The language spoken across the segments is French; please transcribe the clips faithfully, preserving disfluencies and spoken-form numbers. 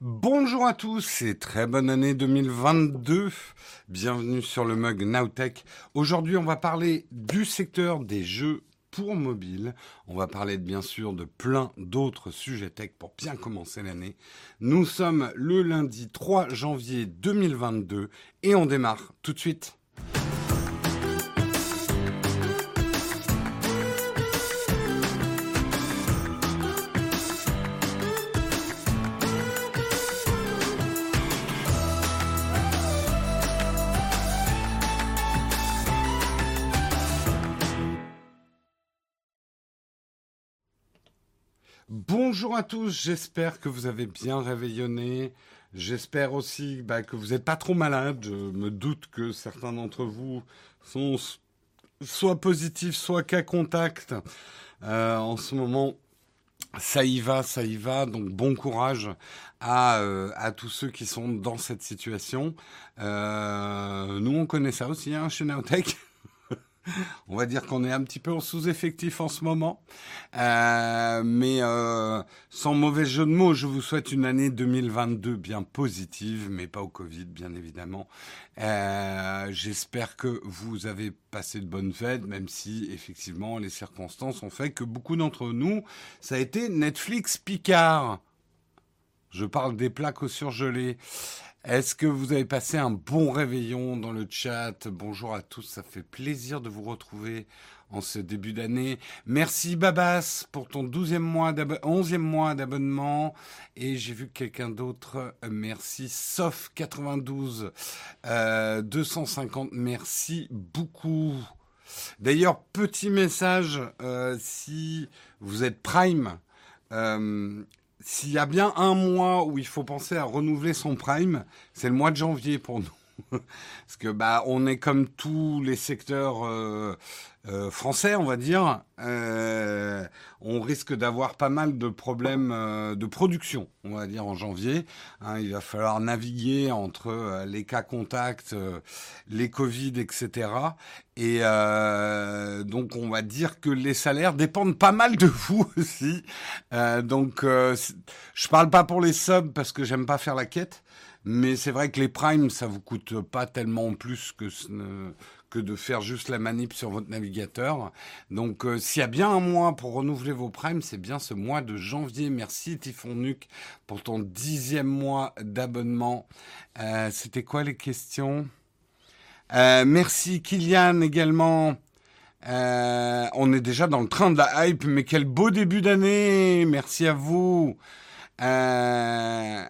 Bonjour à tous et très bonne année deux mille vingt-deux. Bienvenue sur le mug Nowtech. Aujourd'hui, on va parler du secteur des jeux pour mobile. On va parler bien sûr de plein d'autres sujets tech pour bien commencer l'année. Nous sommes le lundi trois janvier deux mille vingt-deux et on démarre tout de suite. Bonjour à tous, j'espère que vous avez bien réveillonné. J'espère aussi bah, que vous n'êtes pas trop malade. Je me doute que certains d'entre vous sont soit positifs, soit cas contact. Euh, en ce moment, ça y va, ça y va. Donc bon courage à, euh, à tous ceux qui sont dans cette situation. Euh, nous, on connaît ça aussi hein, chez Nowtech. On va dire qu'on est un petit peu en sous-effectif en ce moment. Euh, mais euh, sans mauvais jeu de mots, je vous souhaite une année deux mille vingt-deux bien positive, mais pas au Covid, bien évidemment. Euh, j'espère que vous avez passé de bonnes fêtes, même si, effectivement, les circonstances ont fait que beaucoup d'entre nous, ça a été Netflix Picard. Je parle des plats au surgelé. Est-ce que vous avez passé un bon réveillon dans le chat? Bonjour à tous, ça fait plaisir de vous retrouver en ce début d'année. Merci Babas pour ton douzième mois onzième mois d'abonnement. Et j'ai vu que quelqu'un d'autre, merci Sof quatre-vingt-douze, euh, deux cent cinquante, merci beaucoup. D'ailleurs, petit message, euh, si vous êtes Prime, euh, s'il y a bien un mois où il faut penser à renouveler son Prime, c'est le mois de janvier pour nous. Parce que bah on est comme tous les secteurs euh, euh, français, on va dire. Euh, on risque d'avoir pas mal de problèmes euh, de production, on va dire en janvier. Hein, il va falloir naviguer entre euh, les cas contacts, euh, les Covid, et cetera. Et euh, donc on va dire que les salaires dépendent pas mal de vous aussi. Euh, donc euh, je parle pas pour les subs parce que j'aime pas faire la quête. Mais c'est vrai que les primes, ça vous coûte pas tellement plus que, ce ne, que de faire juste la manip sur votre navigateur. Donc, euh, s'il y a bien un mois pour renouveler vos primes, c'est bien ce mois de janvier. Merci Typhon Nuke pour ton dixième mois d'abonnement. Euh, c'était quoi les questions? euh, Merci Kylian également. Euh, on est déjà dans le train de la hype, mais quel beau début d'année. Merci à vous. Euh...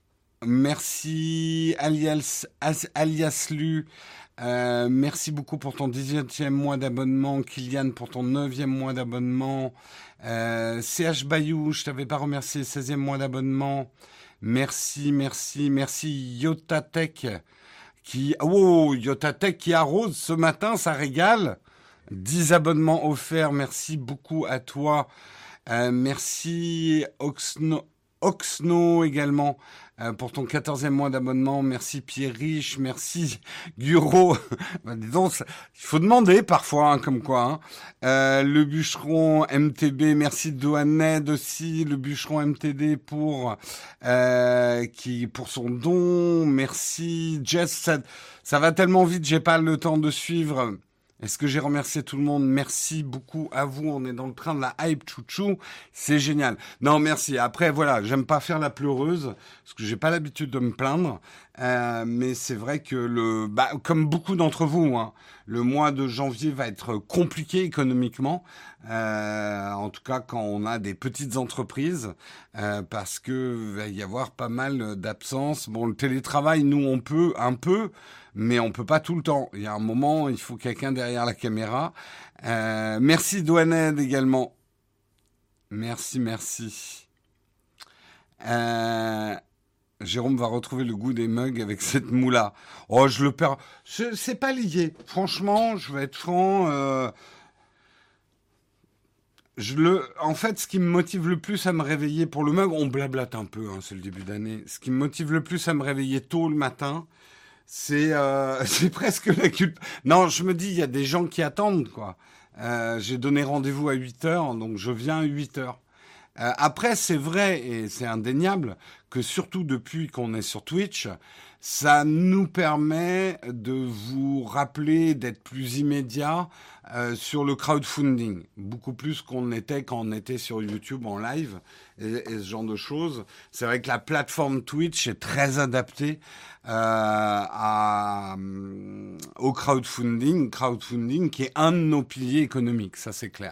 Merci alias, alias Lu. Euh, merci beaucoup pour ton dix-huitième mois d'abonnement. Kylian pour ton neuvième mois d'abonnement. Euh, C H Bayou, je t'avais pas remercié, seizième mois d'abonnement. Merci, merci, merci Yotatech qui, oh, Yotatech qui arrose ce matin, ça régale. dix abonnements offerts, merci beaucoup à toi. Euh, merci Oxno, Oxno également. Euh, pour ton quatorzième mois d'abonnement, merci Pierre Riche, merci Guro. Ben, dis donc, ça, il faut demander parfois, hein, comme quoi. Hein. Euh, le bûcheron M T B, merci Doaned aussi, le bûcheron M T D pour euh, qui pour son don, merci Jess. Ça, ça va tellement vite, j'ai pas le temps de suivre. Est-ce que j'ai remercié tout le monde? Merci beaucoup à vous. On est dans le train de la hype chouchou. C'est génial. Non, merci. Après, voilà, j'aime pas faire la pleureuse parce que j'ai pas l'habitude de me plaindre. Euh, mais c'est vrai que le, bah, comme beaucoup d'entre vous, hein, le mois de janvier va être compliqué économiquement. Euh, en tout cas, quand on a des petites entreprises, euh, parce que va y avoir pas mal d'absences. Bon, le télétravail, nous, on peut un peu. Mais on peut pas tout le temps. Il y a un moment, il faut quelqu'un derrière la caméra. Euh, merci Douaned également. Merci, merci. Euh, Jérôme va retrouver le goût des mugs avec cette moula. Oh, je le perds. Je, c'est pas lié. Franchement, je vais être franc. Euh, je le, en fait, ce qui me motive le plus à me réveiller pour le mug, on blablate un peu, hein, c'est le début d'année. Ce qui me motive le plus à me réveiller tôt le matin, c'est euh, c'est presque la culpe. Non, je me dis, il y a des gens qui attendent, quoi. Euh, j'ai donné rendez-vous à huit heures, donc je viens à huit heures. Euh, après, c'est vrai et c'est indéniable que surtout depuis qu'on est sur Twitch, ça nous permet de vous rappeler d'être plus immédiat euh, sur le crowdfunding, beaucoup plus qu'on était quand on était sur YouTube en live et, et ce genre de choses. C'est vrai que la plateforme Twitch est très adaptée euh, à, au crowdfunding, crowdfunding qui est un de nos piliers économiques, ça c'est clair.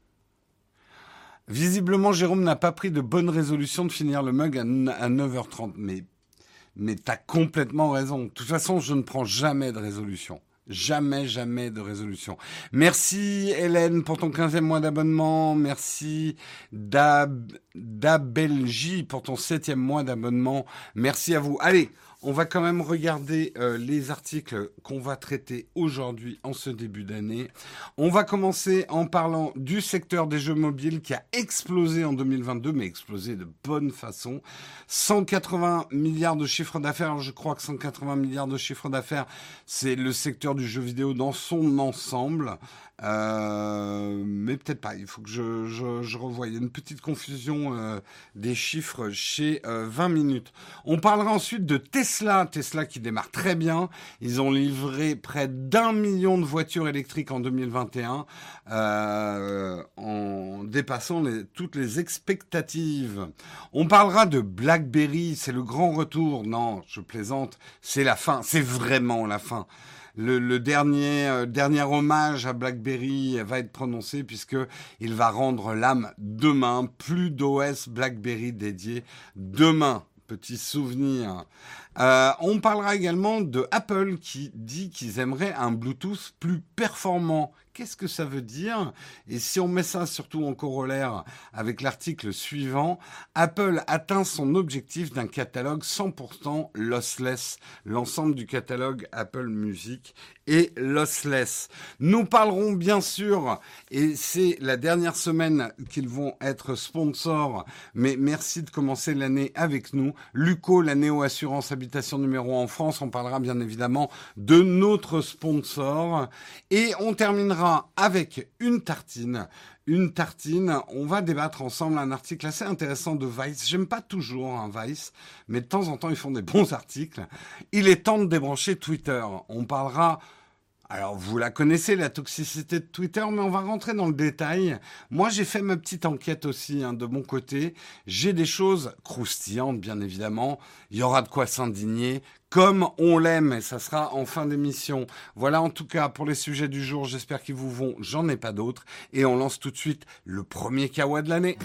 Visiblement, Jérôme n'a pas pris de bonne résolution de finir le mug à neuf heures trente. Mais, mais t'as complètement raison. De toute façon, je ne prends jamais de résolution. Jamais, jamais de résolution. Merci Hélène pour ton quinzième mois d'abonnement. Merci Dab, Dabelji pour ton septième mois d'abonnement. Merci à vous. Allez, on va quand même regarder euh, les articles qu'on va traiter aujourd'hui en ce début d'année. On va commencer en parlant du secteur des jeux mobiles qui a explosé en deux mille vingt-deux, mais explosé de bonne façon. cent quatre-vingts milliards de chiffre d'affaires. Alors, je crois que cent quatre-vingts milliards de chiffre d'affaires, c'est le secteur du jeu vidéo dans son ensemble. Euh, mais peut-être pas, il faut que je, je, je revoie. Il y a une petite confusion euh, des chiffres chez euh, vingt minutes. On parlera ensuite de Tesla, Tesla qui démarre très bien. Ils ont livré près d'un million de voitures électriques en deux mille vingt et un, euh, en dépassant les, toutes les expectatives. On parlera de BlackBerry, c'est le grand retour. Non, je plaisante, c'est la fin, c'est vraiment la fin. Le, le dernier, euh, dernier hommage à BlackBerry va être prononcé puisque il va rendre l'âme demain. Plus d'O S BlackBerry dédié demain. Petit souvenir. Euh, on parlera également de Apple qui dit qu'ils aimeraient un Bluetooth plus performant. Qu'est-ce que ça veut dire? Et si on met ça surtout en corollaire avec l'article suivant, Apple atteint son objectif d'un catalogue cent pour cent lossless. L'ensemble du catalogue Apple Music est lossless. Nous parlerons bien sûr, et c'est la dernière semaine qu'ils vont être sponsors, mais merci de commencer l'année avec nous. Luco, la néo-assurance habitation numéro un en France. On parlera bien évidemment de notre sponsor. Et on terminera avec une tartine. Une tartine, on va débattre ensemble un article assez intéressant de Vice. J'aime pas toujours un Vice, mais de temps en temps, ils font des bons articles. Il est temps de débrancher Twitter. On parlera... Alors, vous la connaissez, la toxicité de Twitter, mais on va rentrer dans le détail. Moi, j'ai fait ma petite enquête aussi, hein, de mon côté. J'ai des choses croustillantes, bien évidemment. Il y aura de quoi s'indigner, comme on l'aime, et ça sera en fin d'émission. Voilà, en tout cas, pour les sujets du jour. J'espère qu'ils vous vont. J'en ai pas d'autres. Et on lance tout de suite le premier Kawa de l'année.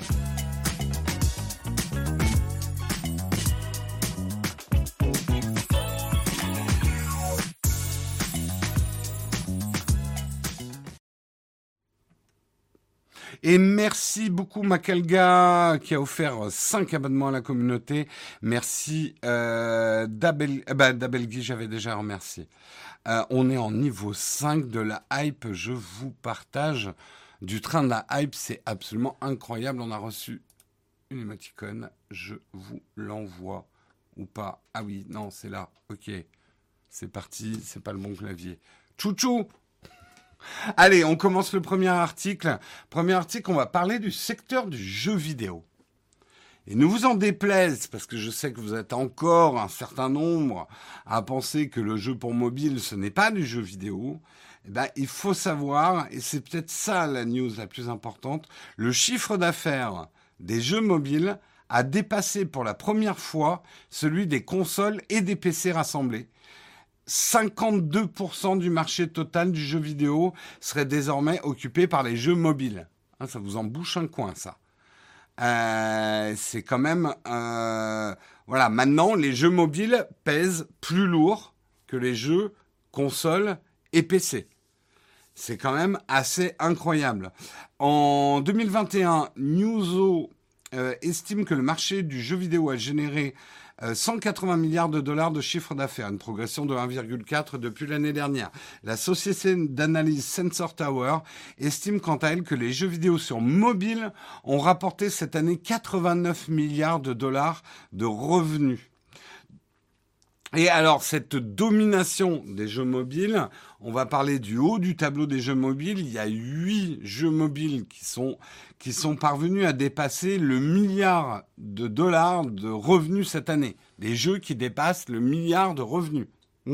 Et merci beaucoup Macalga qui a offert cinq abonnements à la communauté. Merci euh, Dabel, euh, bah, Dabelgui, j'avais déjà remercié. Euh, on est en niveau cinq de la hype. Je vous partage du train de la hype. C'est absolument incroyable. On a reçu une émoticône. Je vous l'envoie ou pas. Ah oui, non, c'est là. Ok, c'est parti. C'est pas le bon clavier. Tchou-tchou. Allez, on commence le premier article. Premier article, on va parler du secteur du jeu vidéo. Et ne vous en déplaise, parce que je sais que vous êtes encore un certain nombre à penser que le jeu pour mobile, ce n'est pas du jeu vidéo. Eh ben, il faut savoir, et c'est peut-être ça la news la plus importante, le chiffre d'affaires des jeux mobiles a dépassé pour la première fois celui des consoles et des P C rassemblés. cinquante-deux pour cent du marché total du jeu vidéo serait désormais occupé par les jeux mobiles. Hein, ça vous en bouche un coin, ça. Euh, c'est quand même... Euh, voilà, maintenant, les jeux mobiles pèsent plus lourd que les jeux consoles et P C. C'est quand même assez incroyable. En deux mille vingt et un, Newzoo euh, estime que le marché du jeu vidéo a généré cent quatre-vingts milliards de dollars de chiffre d'affaires, une progression de un virgule quatre depuis l'année dernière. La société d'analyse Sensor Tower estime quant à elle que les jeux vidéo sur mobile ont rapporté cette année quatre-vingt-neuf milliards de dollars de revenus. Et alors, cette domination des jeux mobiles, on va parler du haut du tableau des jeux mobiles. Il y a huit jeux mobiles qui sont, qui sont parvenus à dépasser le milliard de dollars de revenus cette année. Des jeux qui dépassent le milliard de revenus. Mmh.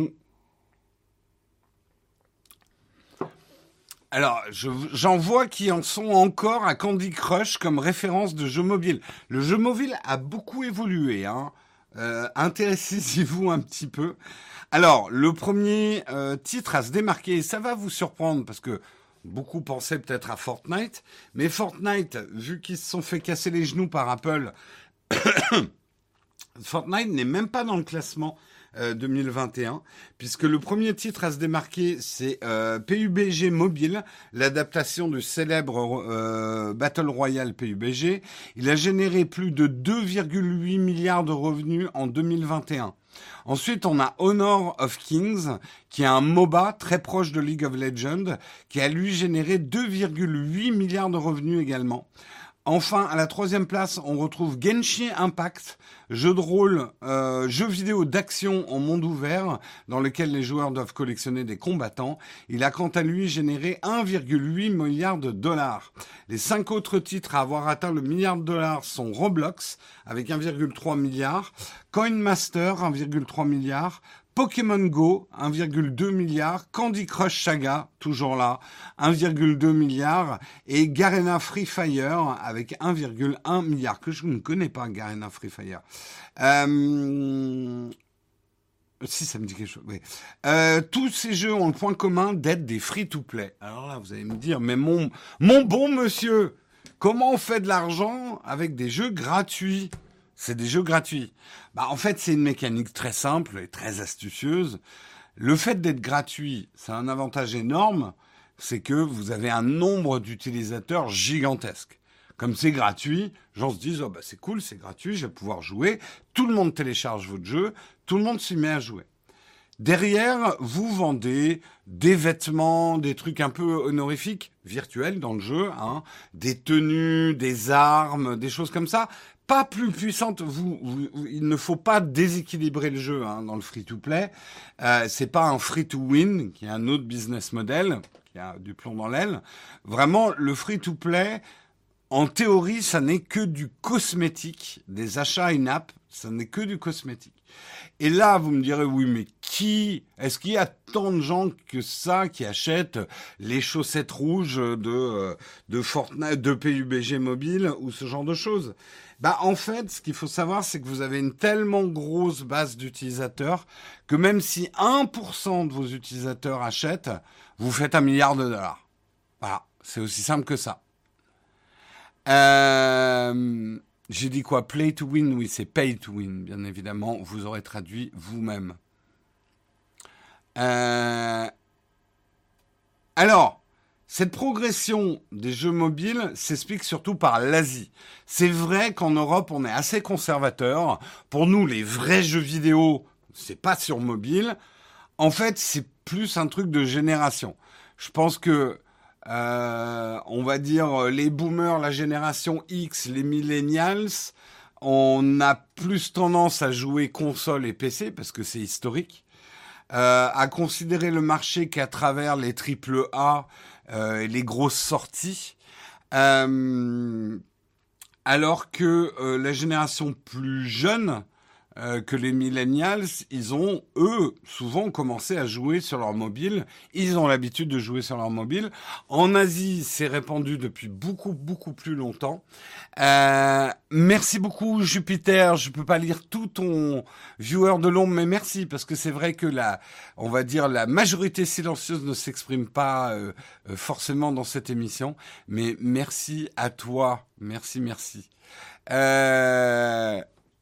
Alors, je, j'en vois qui en sont encore à Candy Crush comme référence de jeu mobile. Le jeu mobile a beaucoup évolué, hein. Euh, intéressez-vous un petit peu. Alors, le premier euh, titre à se démarquer, et ça va vous surprendre parce que beaucoup pensaient peut-être à Fortnite, mais Fortnite, vu qu'ils se sont fait casser les genoux par Apple, Fortnite n'est même pas dans le classement euh, deux mille vingt et un, puisque le premier titre à se démarquer, c'est euh, P U B G Mobile, l'adaptation du célèbre euh, Battle Royale P U B G. Il a généré plus de deux virgule huit milliards de revenus en deux mille vingt et un. Ensuite, on a Honor of Kings, qui est un MOBA très proche de League of Legends, qui a lui généré deux virgule huit milliards de revenus également. Enfin, à la troisième place, on retrouve Genshin Impact, jeu de rôle, euh, jeu vidéo d'action en monde ouvert, dans lequel les joueurs doivent collectionner des combattants. Il a quant à lui généré un virgule huit milliard de dollars. Les cinq autres titres à avoir atteint le milliard de dollars sont Roblox, avec un virgule trois milliard, Coin Master, un virgule trois milliard, Pokémon Go, un virgule deux milliard, Candy Crush Saga, toujours là, un virgule deux milliard, et Garena Free Fire avec un virgule un milliard, que je ne connais pas, Garena Free Fire. Euh... Si, ça me dit quelque chose, oui. Euh, tous ces jeux ont le point commun d'être des free-to-play. Alors là, vous allez me dire, mais mon, mon bon monsieur, comment on fait de l'argent avec des jeux gratuits ? C'est des jeux gratuits. Bah, en fait, c'est une mécanique très simple et très astucieuse. Le fait d'être gratuit, c'est un avantage énorme, c'est que vous avez un nombre d'utilisateurs gigantesque. Comme c'est gratuit, les gens se disent oh bah c'est cool, c'est gratuit, je vais pouvoir jouer. Tout le monde télécharge votre jeu, tout le monde s'y met à jouer. Derrière, vous vendez des vêtements, des trucs un peu honorifiques, virtuels dans le jeu, hein, des tenues, des armes, des choses comme ça. Pas plus puissantes. Vous, vous, il ne faut pas déséquilibrer le jeu hein, dans le free-to-play. Euh, c'est pas un free-to-win, qui est un autre business model, qui a du plomb dans l'aile. Vraiment, le free-to-play, en théorie, ça n'est que du cosmétique, des achats in-app, ça n'est que du cosmétique. Et là, vous me direz, oui, mais qui, est-ce qu'il y a tant de gens que ça qui achètent les chaussettes rouges de, de Fortnite, de P U B G Mobile ou ce genre de choses? Bah, en fait, ce qu'il faut savoir, c'est que vous avez une tellement grosse base d'utilisateurs que même si un pour cent de vos utilisateurs achètent, vous faites un milliard de dollars. Voilà. C'est aussi simple que ça. Euh, j'ai dit quoi? Play to win? Oui, c'est pay to win, bien évidemment. Vous aurez traduit vous-même. Euh, alors, cette progression des jeux mobiles s'explique surtout par l'Asie. C'est vrai qu'en Europe, on est assez conservateur. Pour nous, les vrais jeux vidéo, c'est pas sur mobile. En fait, c'est plus un truc de génération. Je pense que Euh, on va dire les boomers, la génération X, les millennials, on a plus tendance à jouer console et P C parce que c'est historique, euh, à considérer le marché qu'à travers les triple A euh, et les grosses sorties, euh, alors que euh, la génération plus jeune Euh, que les millennials, ils ont, eux, souvent commencé à jouer sur leur mobile. Ils ont l'habitude de jouer sur leur mobile. En Asie, c'est répandu depuis beaucoup, beaucoup plus longtemps. Euh, merci beaucoup, Jupiter. Je peux pas lire tout ton viewer de l'ombre, mais merci, parce que c'est vrai que la, on va dire, la majorité silencieuse ne s'exprime pas euh, forcément dans cette émission. Mais merci à toi. Merci, merci. Euh...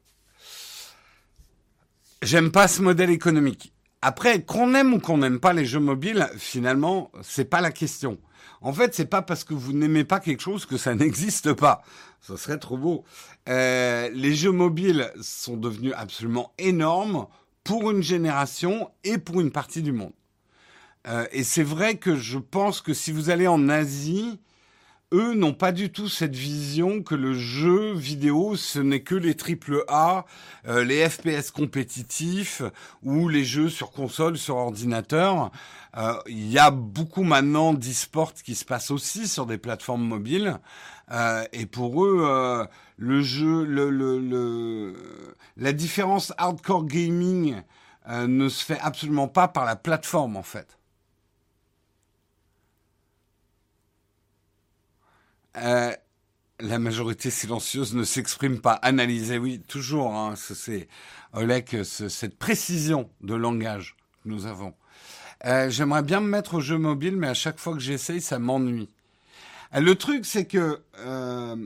J'aime pas ce modèle économique. Après, qu'on aime ou qu'on n'aime pas les jeux mobiles, finalement, c'est pas la question. En fait, c'est pas parce que vous n'aimez pas quelque chose que ça n'existe pas. Ça serait trop beau. Euh, les jeux mobiles sont devenus absolument énormes pour une génération et pour une partie du monde. Euh, et c'est vrai que je pense que si vous allez en Asie, eux n'ont pas du tout cette vision que le jeu vidéo, ce n'est que les triple A, euh, les F P S compétitifs ou les jeux sur console, sur ordinateur. Euh, Il y a beaucoup maintenant d'e-sport qui se passe aussi sur des plateformes mobiles. Euh, et pour eux, euh, le jeu, le, le, le, la différence hardcore gaming euh, ne se fait absolument pas par la plateforme en fait. Euh, La majorité silencieuse ne s'exprime pas. Analysez, oui, toujours. Hein, ce- c'est Olek, ce- cette précision de langage que nous avons. Euh, j'aimerais bien me mettre au jeu mobile, mais à chaque fois que j'essaye, ça m'ennuie. Euh, le truc, c'est que euh,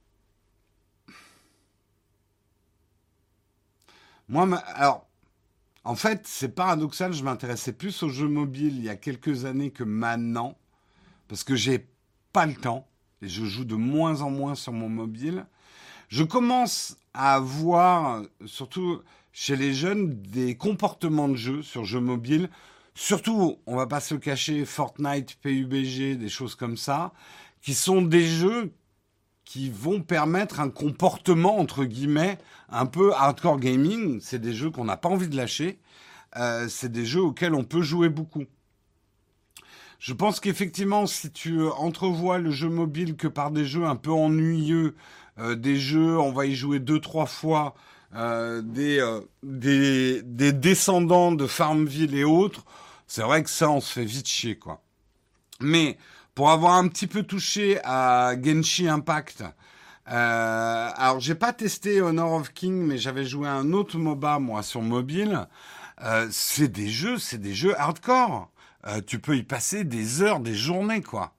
moi, ma- alors, en fait, c'est paradoxal. Je m'intéressais plus aux jeux mobiles il y a quelques années que maintenant, parce que j'ai pas le temps et je joue de moins en moins sur mon mobile. Je commence à voir, surtout chez les jeunes, des comportements de jeu sur jeux mobiles. Surtout, on va pas se le cacher, Fortnite, P U B G, des choses comme ça, qui sont des jeux qui vont permettre un comportement, entre guillemets, un peu hardcore gaming. C'est des jeux qu'on n'a pas envie de lâcher. Euh, c'est des jeux auxquels on peut jouer beaucoup. Je pense qu'effectivement, si tu entrevois le jeu mobile que par des jeux un peu ennuyeux, euh, des jeux, on va y jouer deux, trois fois, euh, des, euh, des, des descendants de Farmville et autres, c'est vrai que ça, on se fait vite chier, quoi. Mais pour avoir un petit peu touché à Genshin Impact, euh, alors j'ai pas testé Honor of King, mais j'avais joué à un autre MOBA, moi, sur mobile. Euh, c'est des jeux, c'est des jeux hardcore. Euh, tu peux y passer des heures, des journées, quoi.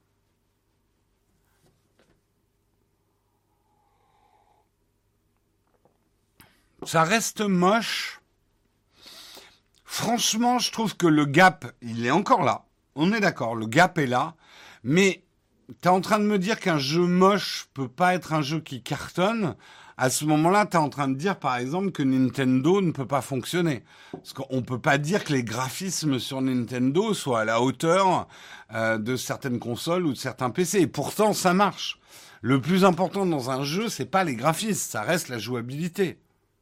Ça reste moche. Franchement, je trouve que le gap, il est encore là. On est d'accord, le gap est là. Mais t'es en train de me dire qu'un jeu moche peut pas être un jeu qui cartonne. À ce moment-là, t'es en train de dire, par exemple, que Nintendo ne peut pas fonctionner. Parce qu'on peut pas dire que les graphismes sur Nintendo soient à la hauteur euh, de certaines consoles ou de certains P C. Et pourtant, ça marche. Le plus important dans un jeu, c'est pas les graphismes, ça reste la jouabilité.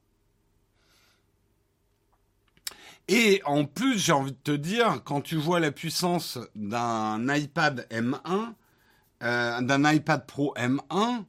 Et en plus, j'ai envie de te dire, quand tu vois la puissance d'un iPad M un, euh, d'un iPad Pro M un,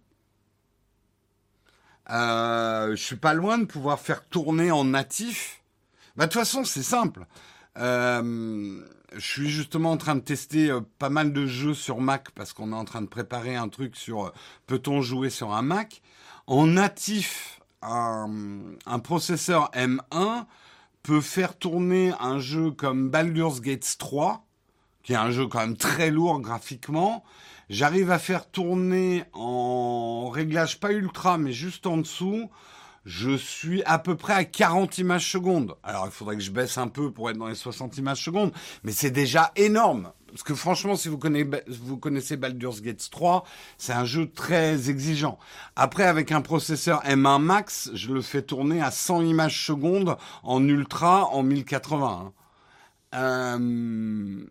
euh, je suis pas loin de pouvoir faire tourner en natif. Bah, de toute façon, c'est simple. Euh, je suis justement en train de tester euh, pas mal de jeux sur Mac parce qu'on est en train de préparer un truc sur euh, peut-on jouer sur un Mac. En natif, un, un processeur M un peut faire tourner un jeu comme Baldur's Gate trois, qui est un jeu quand même très lourd graphiquement. J'arrive à faire tourner en réglage pas ultra, mais juste en dessous. Je suis à peu près à quarante images secondes. Alors, il faudrait que je baisse un peu pour être dans les soixante images secondes, mais c'est déjà énorme. Parce que franchement, si vous connaissez, vous connaissez Baldur's Gate trois, c'est un jeu très exigeant. Après, avec un processeur M un Max, je le fais tourner à cent images secondes en ultra en mille quatre-vingts. Hein. Euh,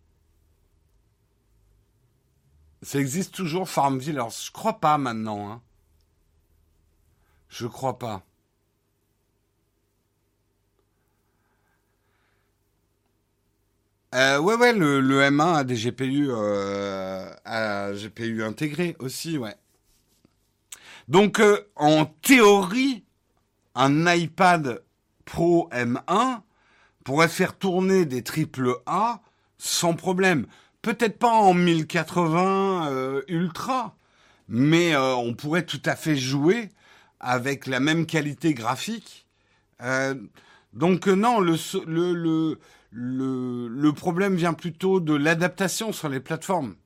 ça existe toujours Farmville. Alors, je crois pas maintenant. Hein. Je crois pas. Euh, ouais, ouais, le, le M un a des G P U, euh, a G P U intégrés aussi, ouais. Donc, euh, en théorie, un iPad Pro M un pourrait faire tourner des triple A sans problème. Peut-être pas en mille quatre-vingts euh, Ultra, mais euh, on pourrait tout à fait jouer avec la même qualité graphique. Euh, donc euh, non, le, le, le, le, le problème vient plutôt de l'adaptation sur les plateformes.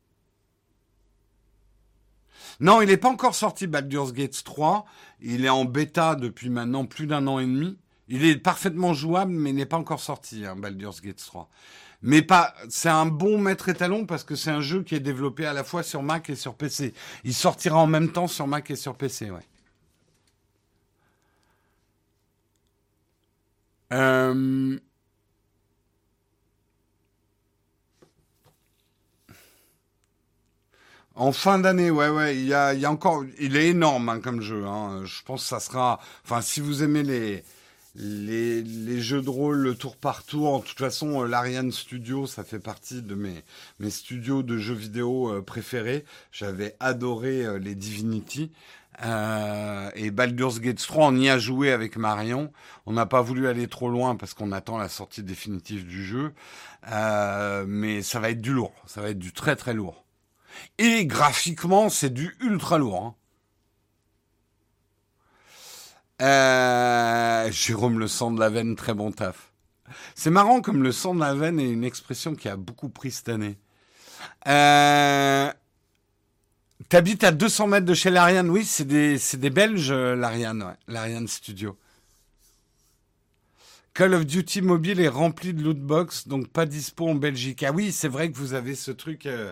Non, il n'est pas encore sorti Baldur's Gate trois. Il est en bêta depuis maintenant plus d'un an et demi. Il est parfaitement jouable, mais il n'est pas encore sorti, hein, Baldur's Gate trois. Mais pas, c'est un bon maître étalon parce que c'est un jeu qui est développé à la fois sur Mac et sur P C. Il sortira en même temps sur Mac et sur P C, ouais. Euh, En fin d'année, ouais, ouais, il y a, il y a encore, il est énorme hein, comme jeu. Hein. Je pense que ça sera, enfin, si vous aimez les les, les jeux de rôle, le tour par tour, en toute façon, euh, l'Ariane Studio, ça fait partie de mes mes studios de jeux vidéo euh, préférés. J'avais adoré euh, les Divinity. Euh, et Baldur's Gate trois, on y a joué avec Marion. On n'a pas voulu aller trop loin parce qu'on attend la sortie définitive du jeu. Euh, mais ça va être du lourd. Ça va être du très très lourd. Et graphiquement, c'est du ultra lourd. Hein. Euh, Jérôme, le sang de la veine, très bon taf. C'est marrant comme le sang de la veine est une expression qui a beaucoup pris cette année. Euh, T'habites à deux cents mètres de chez l'Ariane. Oui, c'est des, c'est des Belges, euh, l'Ariane, ouais. L'Ariane Studio. Call of Duty Mobile est rempli de lootbox, donc pas dispo en Belgique. Ah oui, c'est vrai que vous avez ce truc... Euh,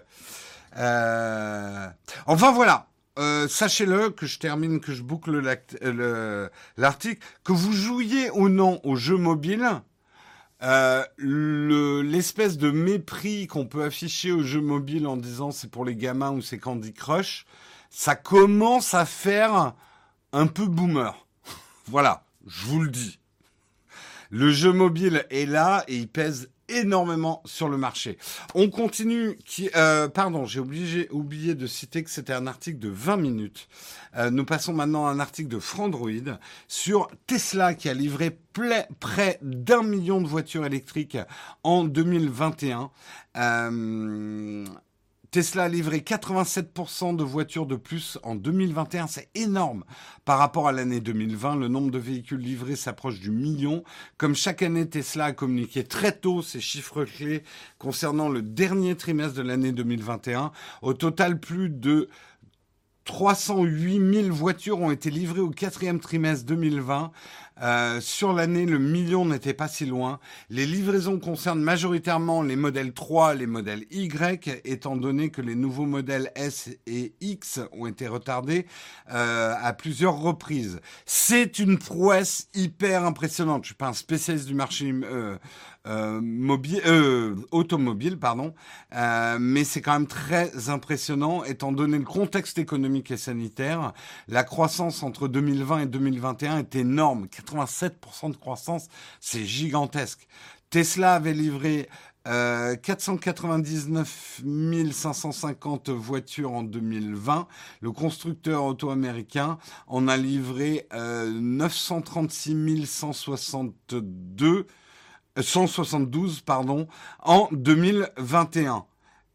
euh... Enfin voilà, euh, sachez-le, que je termine, que je boucle l'act- le- l'article, que vous jouiez ou non aux jeux mobiles, euh, le, l'espèce de mépris qu'on peut afficher aux jeux mobiles en disant c'est pour les gamins ou c'est Candy Crush, ça commence à faire un peu boomer. Voilà, je vous le dis. Le jeu mobile est là et il pèse énormément sur le marché. On continue. Qui, euh, pardon, j'ai obligé, oublié de citer que c'était un article de vingt minutes. Euh, nous passons maintenant à un article de Frandroid sur Tesla qui a livré ple- près d'un million de voitures électriques en deux mille vingt et un. Euh, Tesla a livré quatre-vingt-sept pour cent de voitures de plus en deux mille vingt et un. C'est énorme. Par rapport à l'année deux mille vingt, le nombre de véhicules livrés s'approche du million. Comme chaque année, Tesla a communiqué très tôt ses chiffres clés concernant le dernier trimestre de l'année deux mille vingt et un. Au total, plus de trois cent huit mille voitures ont été livrées au quatrième trimestre deux mille vingt. Euh, sur l'année, le million n'était pas si loin. Les livraisons concernent majoritairement les modèles trois, les modèles Y, étant donné que les nouveaux modèles S et X ont été retardés euh, à plusieurs reprises. C'est une prouesse hyper impressionnante. Je suis pas un spécialiste du marché euh, euh, mobile, euh, automobile, pardon, euh, mais c'est quand même très impressionnant étant donné le contexte économique et sanitaire. La croissance entre deux mille vingt et deux mille vingt et un est énorme. quatre-vingt-sept pour cent de croissance, c'est gigantesque. Tesla avait livré euh, quatre cent quatre-vingt-dix-neuf mille cinq cent cinquante voitures en deux mille vingt. Le constructeur auto-américain en a livré euh, neuf cent trente-six mille cent soixante-deux, cent soixante-douze pardon, en deux mille vingt et un.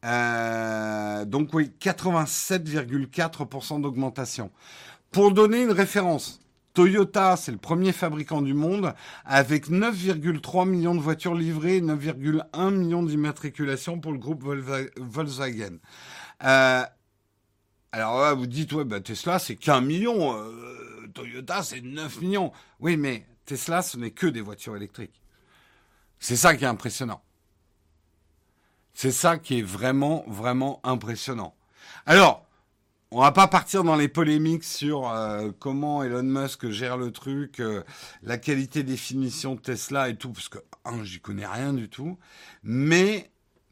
Euh, donc oui, quatre-vingt-sept virgule quatre pour cent d'augmentation. Pour donner une référence, Toyota, c'est le premier fabricant du monde, avec neuf virgule trois millions de voitures livrées et neuf virgule un millions d'immatriculations pour le groupe Volkswagen. Euh, alors là, vous dites, ouais, bah, Tesla, c'est qu'un million, euh, Toyota, c'est neuf millions. Oui, mais Tesla, ce n'est que des voitures électriques. C'est ça qui est impressionnant. C'est ça qui est vraiment, vraiment impressionnant. Alors, on va pas partir dans les polémiques sur euh, comment Elon Musk gère le truc, euh, la qualité des finitions de Tesla et tout, parce que, un, j'y connais rien du tout. Mais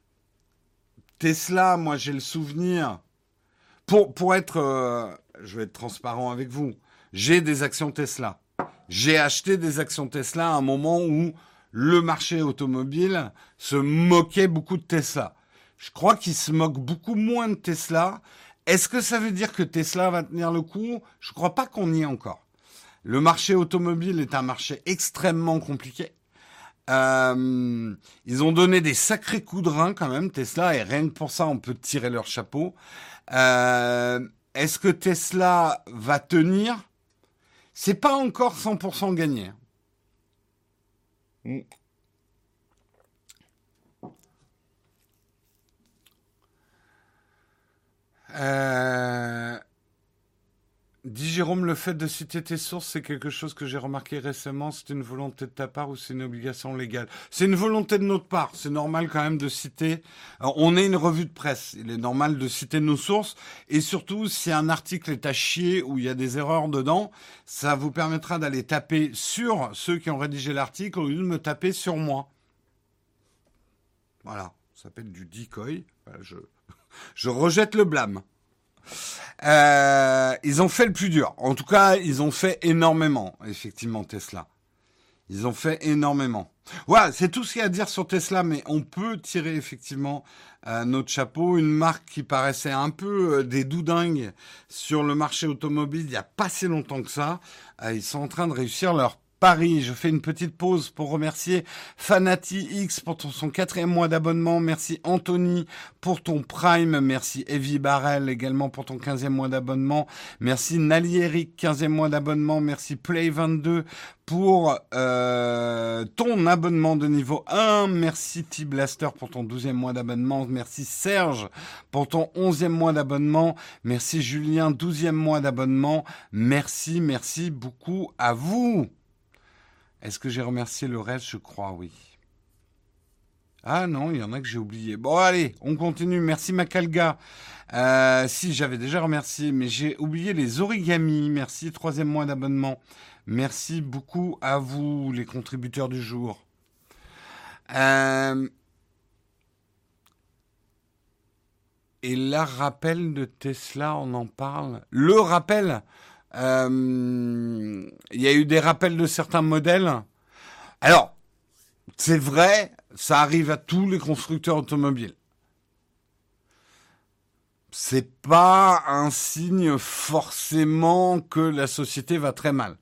Tesla, moi, j'ai le souvenir, pour, pour être, euh, je vais être transparent avec vous, j'ai des actions Tesla. J'ai acheté des actions Tesla à un moment où le marché automobile se moquait beaucoup de Tesla. Je crois qu'il se moque beaucoup moins de Tesla. Est-ce que ça veut dire que Tesla va tenir le coup ? Je ne crois pas qu'on y est encore. Le marché automobile est un marché extrêmement compliqué. Euh, ils ont donné des sacrés coups de rein quand même, Tesla, et rien que pour ça, on peut tirer leur chapeau. Euh, est-ce que Tesla va tenir ? C'est pas encore cent pour cent gagné. Mm. Euh... Dis Jérôme, le fait de citer tes sources, c'est quelque chose que j'ai remarqué récemment. C'est une volonté de ta part ou c'est une obligation légale ? C'est une volonté de notre part. C'est normal quand même de citer. Alors, on est une revue de presse. Il est normal de citer nos sources. Et surtout, si un article est à chier ou il y a des erreurs dedans, ça vous permettra d'aller taper sur ceux qui ont rédigé l'article au lieu de me taper sur moi. Voilà. Ça s'appelle du decoy. Voilà, je, je rejette le blâme. Euh, ils ont fait le plus dur. En tout cas, ils ont fait énormément, effectivement, Tesla. Ils ont fait énormément. Voilà, c'est tout ce qu'il y a à dire sur Tesla, mais on peut tirer effectivement euh, notre chapeau. Une marque qui paraissait un peu euh, des doudingues sur le marché automobile il n'y a pas si longtemps que ça. Euh, ils sont en train de réussir leur pari. Je fais une petite pause pour remercier Fanati X pour ton, son quatrième mois d'abonnement. Merci Anthony pour ton Prime. Merci Evie Barrel également pour ton quinzième mois d'abonnement. Merci Nali Eric, quinzième mois d'abonnement. Merci Play vingt-deux pour euh, ton abonnement de niveau un. Merci T-Blaster pour ton douzième mois d'abonnement. Merci Serge pour ton onzième mois d'abonnement. Merci Julien, douzième mois d'abonnement. Merci, merci beaucoup à vous. Est-ce que j'ai remercié le reste? Je crois, oui. Ah non, il y en a que j'ai oublié. Bon, allez, on continue. Merci Macalga. Euh, si, j'avais déjà remercié, mais j'ai oublié les origamis. Merci, troisième mois d'abonnement. Merci beaucoup à vous, les contributeurs du jour. Euh... Et là, rappel de Tesla, on en parle. Le rappel Euh, il y a eu des rappels de certains modèles. Alors, c'est vrai, ça arrive à tous les constructeurs automobiles. C'est pas un signe forcément que la société va très mal.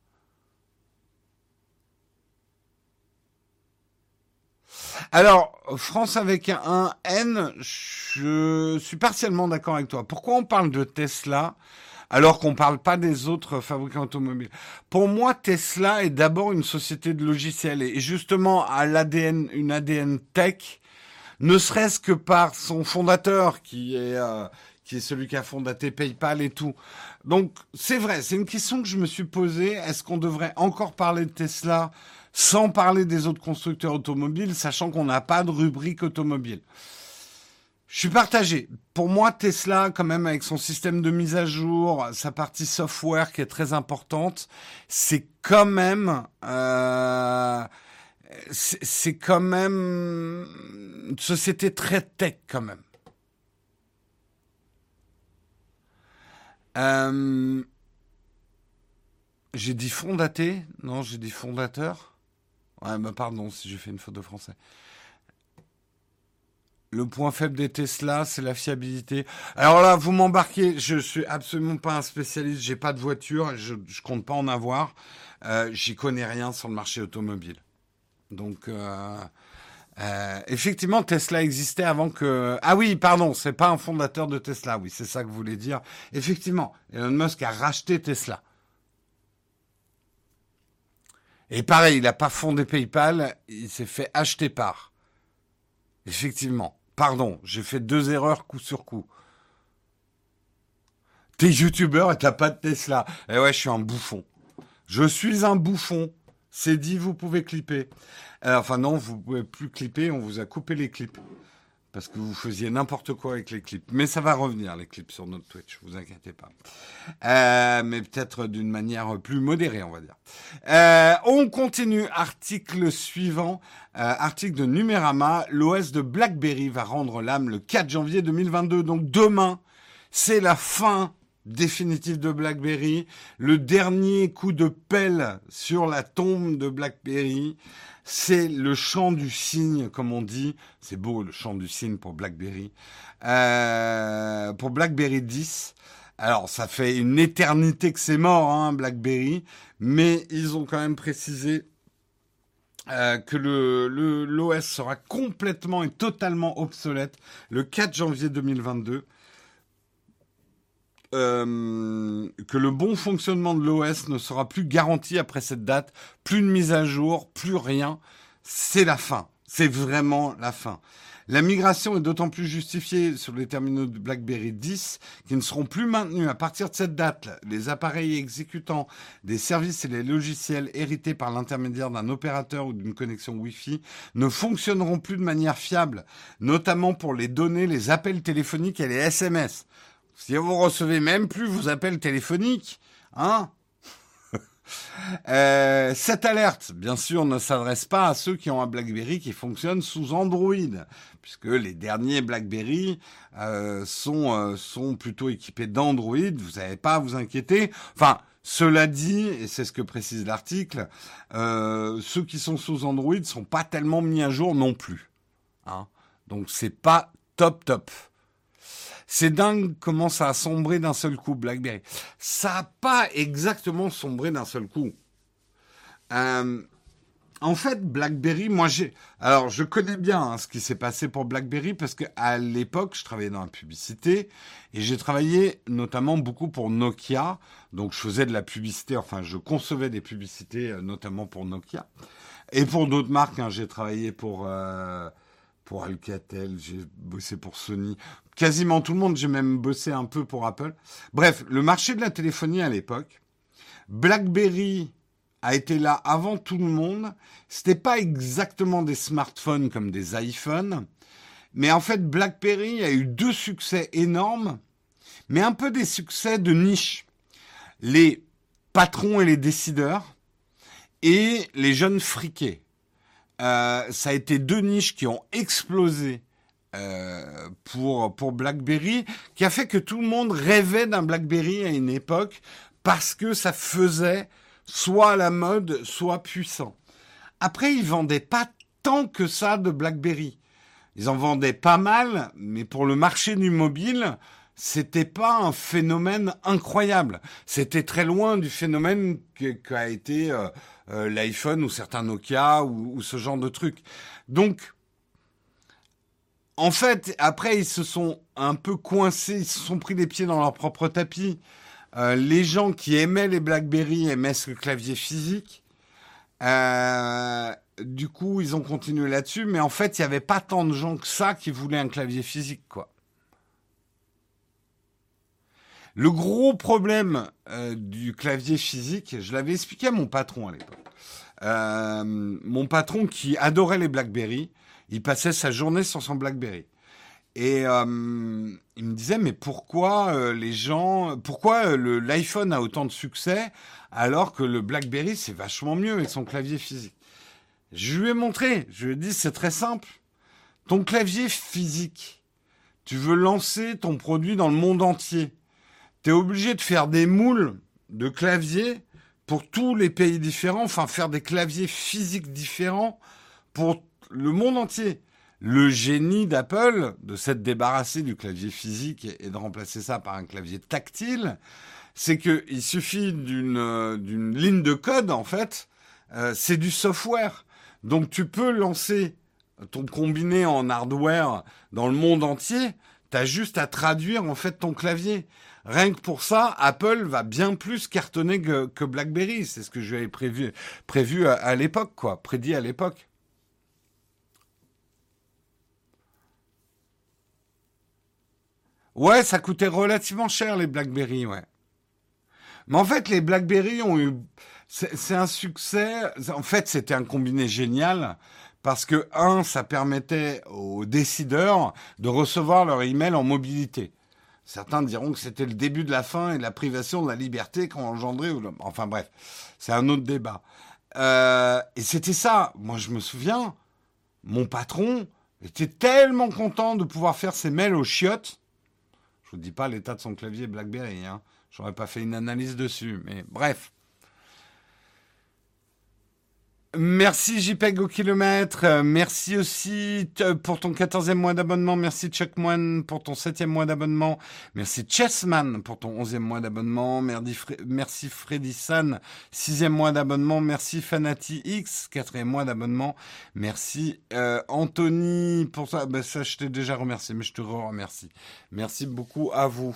Alors, France avec un N, je suis partiellement d'accord avec toi. Pourquoi on parle de Tesla alors qu'on ne parle pas des autres fabricants automobiles? Pour moi, Tesla est d'abord une société de logiciels et justement à l'A D N, une A D N tech, ne serait-ce que par son fondateur qui est euh, qui est celui qui a fondé PayPal et tout. Donc c'est vrai, c'est une question que je me suis posée. Est-ce qu'on devrait encore parler de Tesla sans parler des autres constructeurs automobiles, sachant qu'on n'a pas de rubrique automobile? Je suis partagé. Pour moi, Tesla, quand même, avec son système de mise à jour, sa partie software qui est très importante, c'est quand même, euh, c'est, c'est quand même une société très tech, quand même. Euh, j'ai dit fondaté? Non, j'ai dit fondateur. Ouais, bah pardon si j'ai fait une faute de français. Le point faible des Tesla, c'est la fiabilité. Alors là, vous m'embarquez, je suis absolument pas un spécialiste, j'ai pas de voiture, je, je compte pas en avoir. Euh, j'y connais rien sur le marché automobile. Donc, euh, euh, effectivement, Tesla existait avant que... Ah oui, pardon, c'est pas un fondateur de Tesla, oui, c'est ça que vous voulez dire. Effectivement, Elon Musk a racheté Tesla. Et pareil, il n'a pas fondé PayPal, il s'est fait acheter par. Effectivement. Pardon, j'ai fait deux erreurs coup sur coup. T'es youtubeur et t'as pas de Tesla. Eh ouais, je suis un bouffon. Je suis un bouffon. C'est dit, vous pouvez clipper. Euh, enfin non, vous pouvez plus clipper, on vous a coupé les clips. Parce que vous faisiez n'importe quoi avec les clips. Mais ça va revenir, les clips, sur notre Twitch, vous inquiétez pas. Euh, mais peut-être d'une manière plus modérée, on va dire. Euh, on continue, article suivant, euh, article de Numérama. L'O S de BlackBerry va rendre l'âme le quatre janvier deux mille vingt-deux. Donc demain, c'est la fin définitive de BlackBerry. Le dernier coup de pelle sur la tombe de BlackBerry. C'est le chant du cygne, comme on dit. C'est beau, le chant du cygne pour BlackBerry. Euh, pour BlackBerry dix. Alors, ça fait une éternité que c'est mort, hein, BlackBerry. Mais ils ont quand même précisé euh, que le, le, l'O S sera complètement et totalement obsolète le quatre janvier deux mille vingt-deux. Euh, que le bon fonctionnement de l'O S ne sera plus garanti après cette date, plus de mise à jour, plus rien, c'est la fin, c'est vraiment la fin. La migration est d'autant plus justifiée sur les terminaux de BlackBerry dix qui ne seront plus maintenus à partir de cette date. Les appareils exécutant des services et les logiciels hérités par l'intermédiaire d'un opérateur ou d'une connexion Wi-Fi ne fonctionneront plus de manière fiable, notamment pour les données, les appels téléphoniques et les S M S. Si vous recevez même plus vos appels téléphoniques, hein, Euh, cette alerte, bien sûr, ne s'adresse pas à ceux qui ont un BlackBerry qui fonctionne sous Android, puisque les derniers BlackBerry euh, sont, euh, sont plutôt équipés d'Android. Vous n'avez pas à vous inquiéter. Enfin, cela dit, et c'est ce que précise l'article, euh, ceux qui sont sous Android sont pas tellement mis à jour non plus. Hein. Donc c'est pas top top. C'est dingue comment ça a sombré d'un seul coup, BlackBerry. Ça n'a pas exactement sombré d'un seul coup. Euh, en fait, BlackBerry, moi j'ai... Alors, je connais bien hein, ce qui s'est passé pour BlackBerry parce qu'à l'époque, je travaillais dans la publicité et j'ai travaillé notamment beaucoup pour Nokia. Donc, je faisais de la publicité, enfin, je concevais des publicités notamment pour Nokia. Et pour d'autres marques, hein, j'ai travaillé pour... Euh, pour Alcatel, j'ai bossé pour Sony. Quasiment tout le monde, j'ai même bossé un peu pour Apple. Bref, le marché de la téléphonie à l'époque, BlackBerry a été là avant tout le monde. C'était pas exactement des smartphones comme des iPhones, mais en fait, BlackBerry a eu deux succès énormes, mais un peu des succès de niche. Les patrons et les décideurs et les jeunes friqués. Euh, ça a été deux niches qui ont explosé euh, pour pour BlackBerry, qui a fait que tout le monde rêvait d'un BlackBerry à une époque parce que ça faisait soit à la mode, soit puissant. Après, ils vendaient pas tant que ça de BlackBerry. Ils en vendaient pas mal, mais pour le marché du mobile, c'était pas un phénomène incroyable. C'était très loin du phénomène qu'a été euh, euh, l'iPhone ou certains Nokia ou, ou ce genre de trucs. Donc, en fait, après, ils se sont un peu coincés, ils se sont pris les pieds dans leur propre tapis. Euh, les gens qui aimaient les BlackBerry aimaient ce clavier physique. Euh, du coup, ils ont continué là-dessus, mais en fait, il n'y avait pas tant de gens que ça qui voulaient un clavier physique, quoi. Le gros problème euh, du clavier physique, je l'avais expliqué à mon patron à l'époque. Euh, mon patron qui adorait les BlackBerry, il passait sa journée sur son BlackBerry. Et euh, il me disait, mais pourquoi euh, les gens, pourquoi euh, le, l'iPhone a autant de succès alors que le BlackBerry, c'est vachement mieux avec son clavier physique. Je lui ai montré, je lui ai dit, c'est très simple. Ton clavier physique, tu veux lancer ton produit dans le monde entier. T'es obligé de faire des moules de claviers pour tous les pays différents, enfin faire des claviers physiques différents pour le monde entier. Le génie d'Apple de s'être débarrassé du clavier physique et de remplacer ça par un clavier tactile, c'est qu'il suffit d'une, d'une ligne de code, en fait, euh, c'est du software. Donc tu peux lancer ton combiné en hardware dans le monde entier, t'as juste à traduire en fait ton clavier. Rien que pour ça, Apple va bien plus cartonner que, que BlackBerry. C'est ce que je lui avais prévu, prévu à, à l'époque, quoi, prédit à l'époque. Ouais, ça coûtait relativement cher les BlackBerry, ouais. Mais en fait, les BlackBerry ont eu, c'est, c'est un succès. En fait, c'était un combiné génial parce que un, ça permettait aux décideurs de recevoir leur email en mobilité. Certains diront que c'était le début de la fin et de la privation de la liberté qu'ont engendré. Enfin bref, c'est un autre débat. Euh, et c'était ça. Moi, je me souviens, mon patron était tellement content de pouvoir faire ses mails aux chiottes. Je vous dis pas l'état de son clavier BlackBerry, hein. J'aurais pas fait une analyse dessus, mais bref. Merci JPEG au kilomètre, euh, merci aussi t- pour ton quatorzième mois d'abonnement, merci Chuckmoine pour ton septième mois d'abonnement, merci Chessman pour ton onzième mois d'abonnement, merci, Fre- merci Freddy San, sixième mois d'abonnement, merci Fanati X, quatrième mois d'abonnement, merci euh, Anthony pour ça, ben ça je t'ai déjà remercié, mais je te remercie. Merci beaucoup à vous.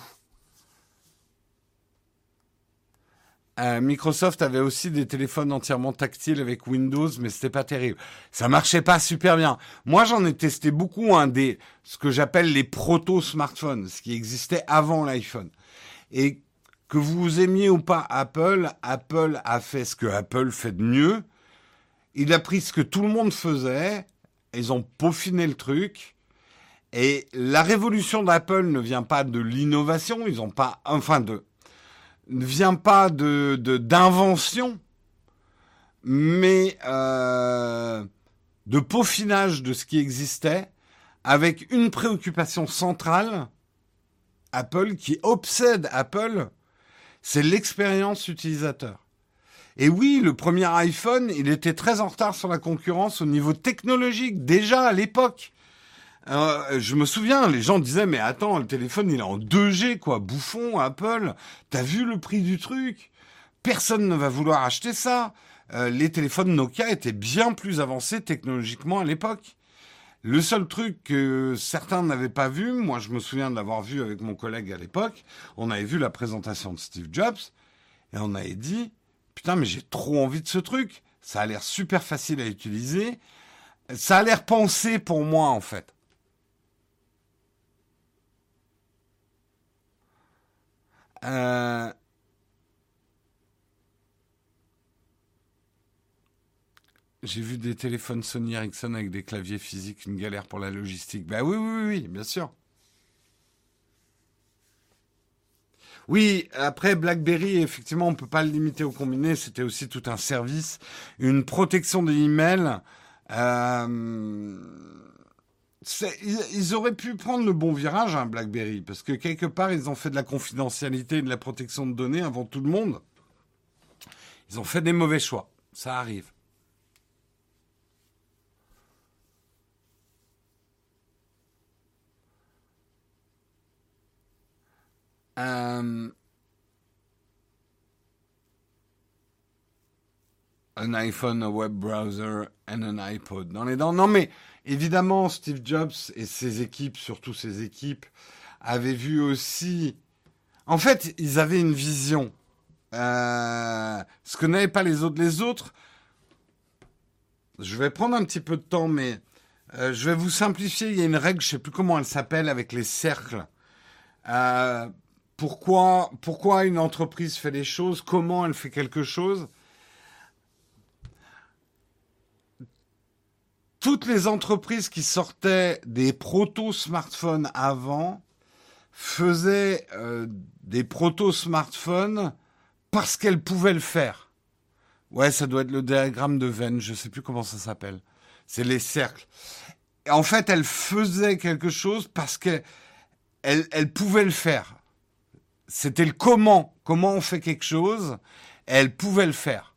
Euh, Microsoft avait aussi des téléphones entièrement tactiles avec Windows, mais c'était pas terrible. Ça marchait pas super bien. Moi, j'en ai testé beaucoup, un des, ce que j'appelle les proto-smartphones, ce qui existait avant l'iPhone. Et que vous aimiez ou pas Apple, Apple a fait ce que Apple fait de mieux. Il a pris ce que tout le monde faisait, ils ont peaufiné le truc. Et la révolution d'Apple ne vient pas de l'innovation, ils ont pas, enfin de, ne vient pas de, de d'invention, mais euh, de peaufinage de ce qui existait, avec une préoccupation centrale, Apple, qui obsède Apple, c'est l'expérience utilisateur. Et oui, le premier iPhone, il était très en retard sur la concurrence au niveau technologique, déjà à l'époque. Euh, je me souviens, les gens disaient, mais attends, le téléphone, il est en deux G, quoi. Bouffon, Apple. T'as vu le prix du truc? Personne ne va vouloir acheter ça. Euh, les téléphones Nokia étaient bien plus avancés technologiquement à l'époque. Le seul truc que certains n'avaient pas vu, moi je me souviens de l'avoir vu avec mon collègue à l'époque, on avait vu la présentation de Steve Jobs, et on avait dit, putain mais j'ai trop envie de ce truc, ça a l'air super facile à utiliser, ça a l'air pensé pour moi en fait. Euh, J'ai vu des téléphones Sony Ericsson avec des claviers physiques, une galère pour la logistique. Bah oui, oui, oui, oui, bien sûr. Oui, après BlackBerry, effectivement, on peut pas le limiter au combiné. C'était aussi tout un service, une protection des emails. Euh, c'est- ils, ils auraient pu prendre le bon virage, hein, BlackBerry, parce que quelque part, ils ont fait de la confidentialité et de la protection de données avant tout le monde. Ils ont fait des mauvais choix. Ça arrive. Euh, un iPhone, un web browser et un iPod dans les dents. Non, mais évidemment, Steve Jobs et ses équipes, surtout ses équipes, avaient vu aussi. En fait, ils avaient une vision. Euh, ce que n'avaient pas les autres. Les autres, je vais prendre un petit peu de temps, mais euh, je vais vous simplifier. Il y a une règle, je ne sais plus comment elle s'appelle, avec les cercles. Euh, pourquoi, pourquoi une entreprise fait les choses, comment elle fait quelque chose. Toutes les entreprises qui sortaient des proto-smartphones avant faisaient euh, des proto-smartphones parce qu'elles pouvaient le faire. Ouais, ça doit être le diagramme de Venn, je ne sais plus comment ça s'appelle. C'est les cercles. Et en fait, elles faisaient quelque chose parce qu'elles elles, elles pouvaient le faire. C'était le comment. Comment on fait quelque chose, et elles pouvaient le faire.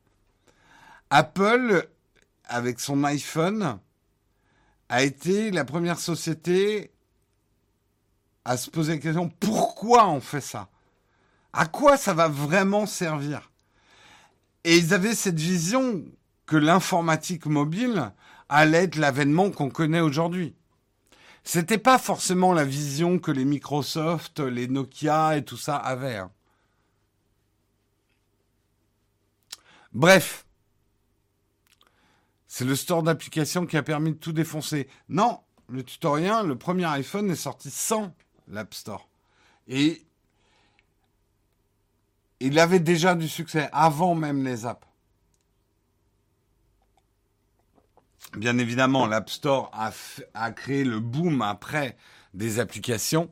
Apple, avec son iPhone, a été la première société à se poser la question, pourquoi on fait ça? À quoi ça va vraiment servir? Et ils avaient cette vision que l'informatique mobile allait être l'avènement qu'on connaît aujourd'hui. C'était pas forcément la vision que les Microsoft, les Nokia et tout ça avaient. Hein. Bref, c'est le store d'applications qui a permis de tout défoncer. Non, le tutoriel, le premier iPhone est sorti sans l'App Store. Et il avait déjà du succès avant même les apps. Bien évidemment, l'App Store a, f- a créé le boom après des applications.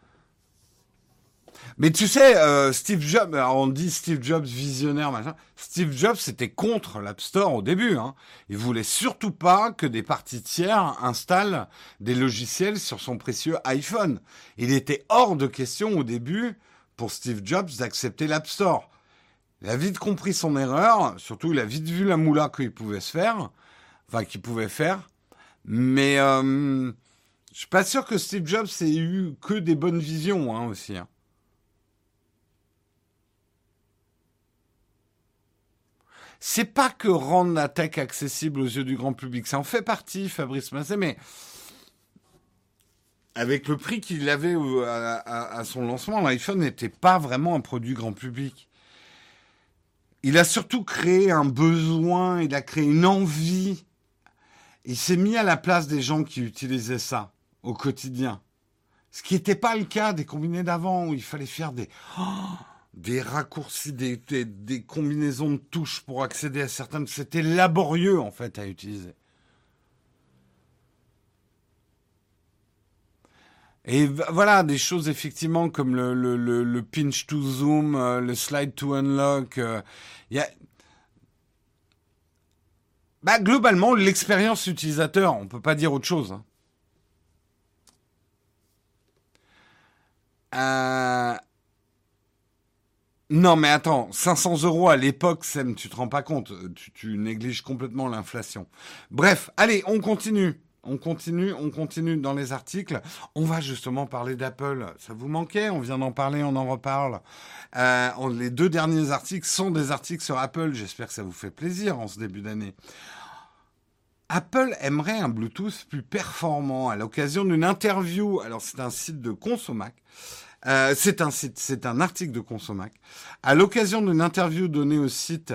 Mais tu sais, euh, Steve Jobs, alors on dit Steve Jobs visionnaire, machin. Steve Jobs était contre l'App Store au début. Hein. Il voulait surtout pas que des parties tiers installent des logiciels sur son précieux iPhone. Il était hors de question au début pour Steve Jobs d'accepter l'App Store. Il a vite compris son erreur, surtout il a vite vu la moula qu'il pouvait se faire, enfin qu'il pouvait faire. Mais euh, je suis pas sûr que Steve Jobs ait eu que des bonnes visions hein, aussi. Hein. C'est pas que rendre la tech accessible aux yeux du grand public, ça en fait partie, Fabrice Masset, mais avec le prix qu'il avait au- à, à- à son lancement, l'iPhone n'était pas vraiment un produit grand public. Il a surtout créé un besoin, il a créé une envie. Il s'est mis à la place des gens qui utilisaient ça au quotidien. Ce qui n'était pas le cas des combinés d'avant, où il fallait faire des, des raccourcis, des, des, des combinaisons de touches pour accéder à certaines. C'était laborieux, en fait, à utiliser. Et v- voilà, des choses effectivement comme le, le, le, le pinch to zoom, euh, le slide to unlock. euh, Il y a, Bah, globalement, l'expérience utilisateur, on peut pas dire autre chose. Hein. Euh... Non, mais attends, cinq cents euros à l'époque, Sam, tu te rends pas compte, tu, tu négliges complètement l'inflation. Bref, allez, on continue. On continue, on continue dans les articles. On va justement parler d'Apple. Ça vous manquait? On vient d'en parler, on en reparle. Euh, on- les deux derniers articles sont des articles sur Apple. J'espère que ça vous fait plaisir en ce début d'année. Apple aimerait un Bluetooth plus performant à l'occasion d'une interview. Alors c'est un site de Consomac. Euh, c'est un site, c'est un article de Consomac. À l'occasion d'une interview donnée au site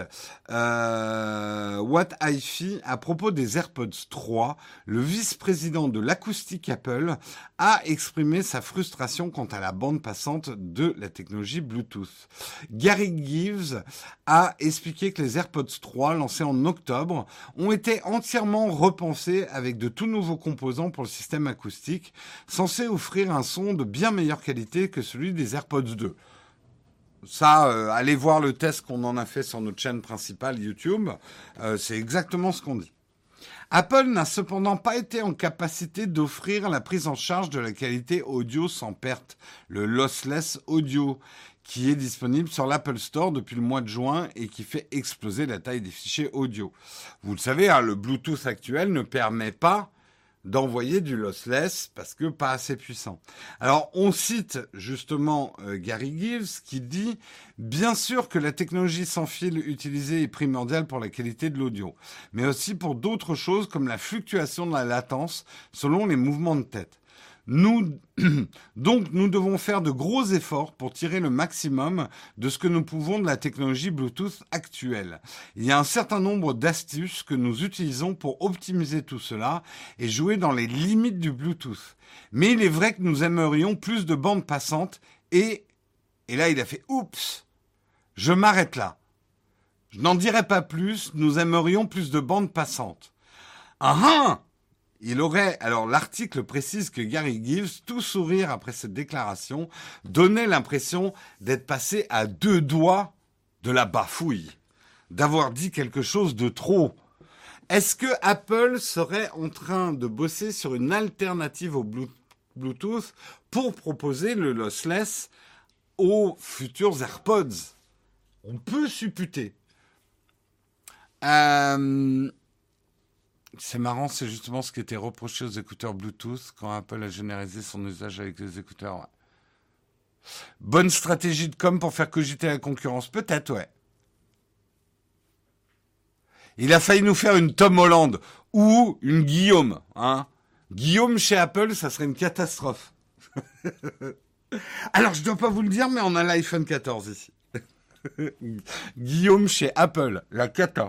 euh, What Hi-Fi à propos des AirPods trois, le vice-président de l'acoustique Apple a exprimé sa frustration quant à la bande passante de la technologie Bluetooth. Gary Gibbs a expliqué que les AirPods trois, lancés en octobre, ont été entièrement repensés avec de tout nouveaux composants pour le système acoustique, censés offrir un son de bien meilleure qualité que celui des AirPods deux. Ça, euh, allez voir le test qu'on en a fait sur notre chaîne principale YouTube. Euh, c'est exactement ce qu'on dit. Apple n'a cependant pas été en capacité d'offrir la prise en charge de la qualité audio sans perte, le lossless audio, qui est disponible sur l'Apple Store depuis le mois de juin et qui fait exploser la taille des fichiers audio. Vous le savez, hein, le Bluetooth actuel ne permet pas d'envoyer du lossless parce que pas assez puissant. Alors, on cite justement euh, Gary Gibbs qui dit « Bien sûr que la technologie sans fil utilisée est primordiale pour la qualité de l'audio, mais aussi pour d'autres choses comme la fluctuation de la latence selon les mouvements de tête. Nous, donc, nous devons faire de gros efforts pour tirer le maximum de ce que nous pouvons de la technologie Bluetooth actuelle. Il y a un certain nombre d'astuces que nous utilisons pour optimiser tout cela et jouer dans les limites du Bluetooth. Mais il est vrai que nous aimerions plus de bandes passantes et, et là, il a fait « Oups, je m'arrête là. Je n'en dirai pas plus, nous aimerions plus de bandes passantes. » Ah ah! Il aurait, alors l'article précise que Gary Gibbs, tout sourire après cette déclaration, donnait l'impression d'être passé à deux doigts de la bafouille, d'avoir dit quelque chose de trop. Est-ce que Apple serait en train de bosser sur une alternative au Bluetooth pour proposer le lossless aux futurs AirPods? On peut supputer. Euh... C'est marrant, c'est justement ce qui était reproché aux écouteurs Bluetooth quand Apple a généralisé son usage avec les écouteurs. Ouais. Bonne stratégie de com pour faire cogiter la concurrence, peut-être, ouais. Il a failli nous faire une Tom Holland ou une Guillaume. Hein. Guillaume chez Apple, ça serait une catastrophe. Alors, je dois pas vous le dire, mais on a l'iPhone quatorze ici. Guillaume chez Apple, la cata.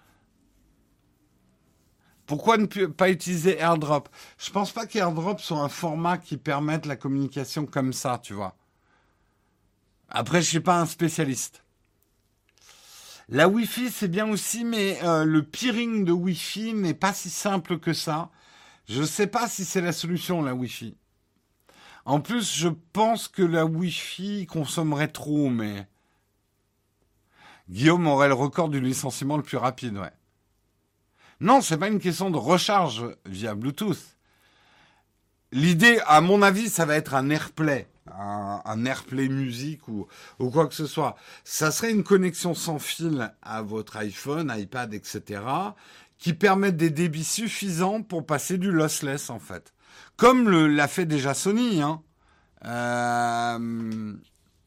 Pourquoi ne pas utiliser AirDrop? Je pense pas qu'AirDrop soit un format qui permette la communication comme ça, tu vois. Après, je suis pas un spécialiste. La Wi-Fi, c'est bien aussi, mais euh, le peering de Wi-Fi n'est pas si simple que ça. Je sais pas si c'est la solution, la Wi-Fi. En plus, je pense que la Wi-Fi consommerait trop, mais... Guillaume aurait le record du licenciement le plus rapide, ouais. Non, c'est pas une question de recharge via Bluetooth. L'idée, à mon avis, ça va être un AirPlay, un, un AirPlay musique ou, ou quoi que ce soit. Ça serait une connexion sans fil à votre iPhone, iPad, et cetera, qui permettent des débits suffisants pour passer du lossless, en fait. Comme le, l'a fait déjà Sony, hein. Euh...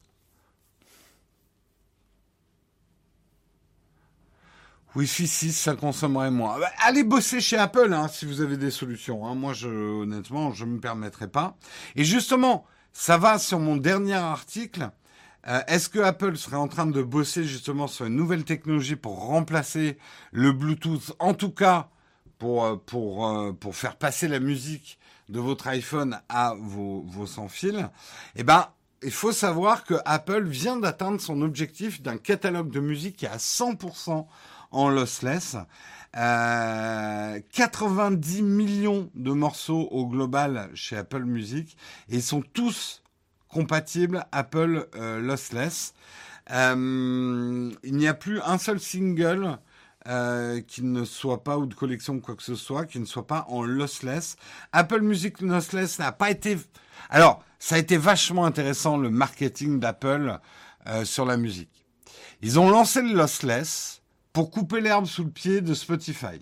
Wi-Fi six, ça consommerait moins. Bah, allez bosser chez Apple hein, si vous avez des solutions. Hein. Moi, je, honnêtement, je ne me permettrai pas. Et justement, ça va sur mon dernier article. Euh, est-ce que Apple serait en train de bosser justement sur une nouvelle technologie pour remplacer le Bluetooth, en tout cas pour, pour, euh, pour faire passer la musique de votre iPhone à vos, vos sans-fil? Eh ben, il faut savoir que Apple vient d'atteindre son objectif d'un catalogue de musique qui est à cent pour cent en lossless. Euh, quatre-vingt-dix millions de morceaux au global chez Apple Music et ils sont tous compatibles Apple euh, lossless. Euh, il n'y a plus un seul single euh, qui ne soit pas, ou de collection ou quoi que ce soit, qui ne soit pas en lossless. Apple Music lossless n'a pas été... Alors, ça a été vachement intéressant, le marketing d'Apple euh, sur la musique. Ils ont lancé le lossless pour couper l'herbe sous le pied de Spotify.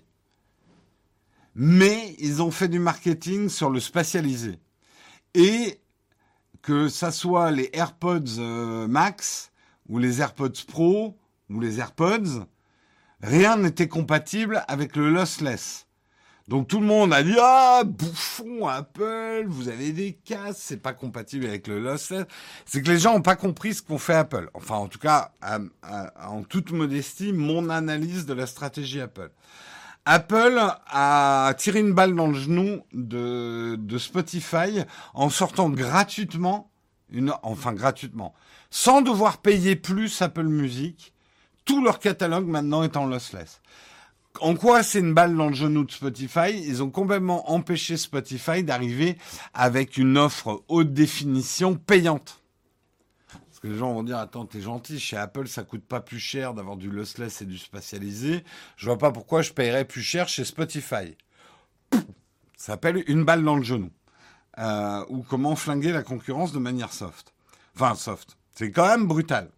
Mais ils ont fait du marketing sur le spatialisé. Et que ça soit les AirPods euh, Max ou les AirPods Pro ou les AirPods, rien n'était compatible avec le lossless. Donc tout le monde a dit « Ah, bouffon, Apple, vous avez des casques, c'est pas compatible avec le lossless. » C'est que les gens n'ont pas compris ce qu'on fait Apple. Enfin, en tout cas, à, à, en toute modestie, mon analyse de la stratégie Apple. Apple a tiré une balle dans le genou de, de Spotify en sortant gratuitement, une, enfin gratuitement, sans devoir payer plus Apple Music. Tout leur catalogue maintenant est en lossless. En quoi c'est une balle dans le genou de Spotify? Ils ont complètement empêché Spotify d'arriver avec une offre haute définition payante. Parce que les gens vont dire, attends, t'es gentil, chez Apple, ça coûte pas plus cher d'avoir du lossless et du spatialisé. Je vois pas pourquoi je paierais plus cher chez Spotify. Ça s'appelle une balle dans le genou. Euh, ou comment flinguer la concurrence de manière soft. Enfin, soft. C'est quand même brutal.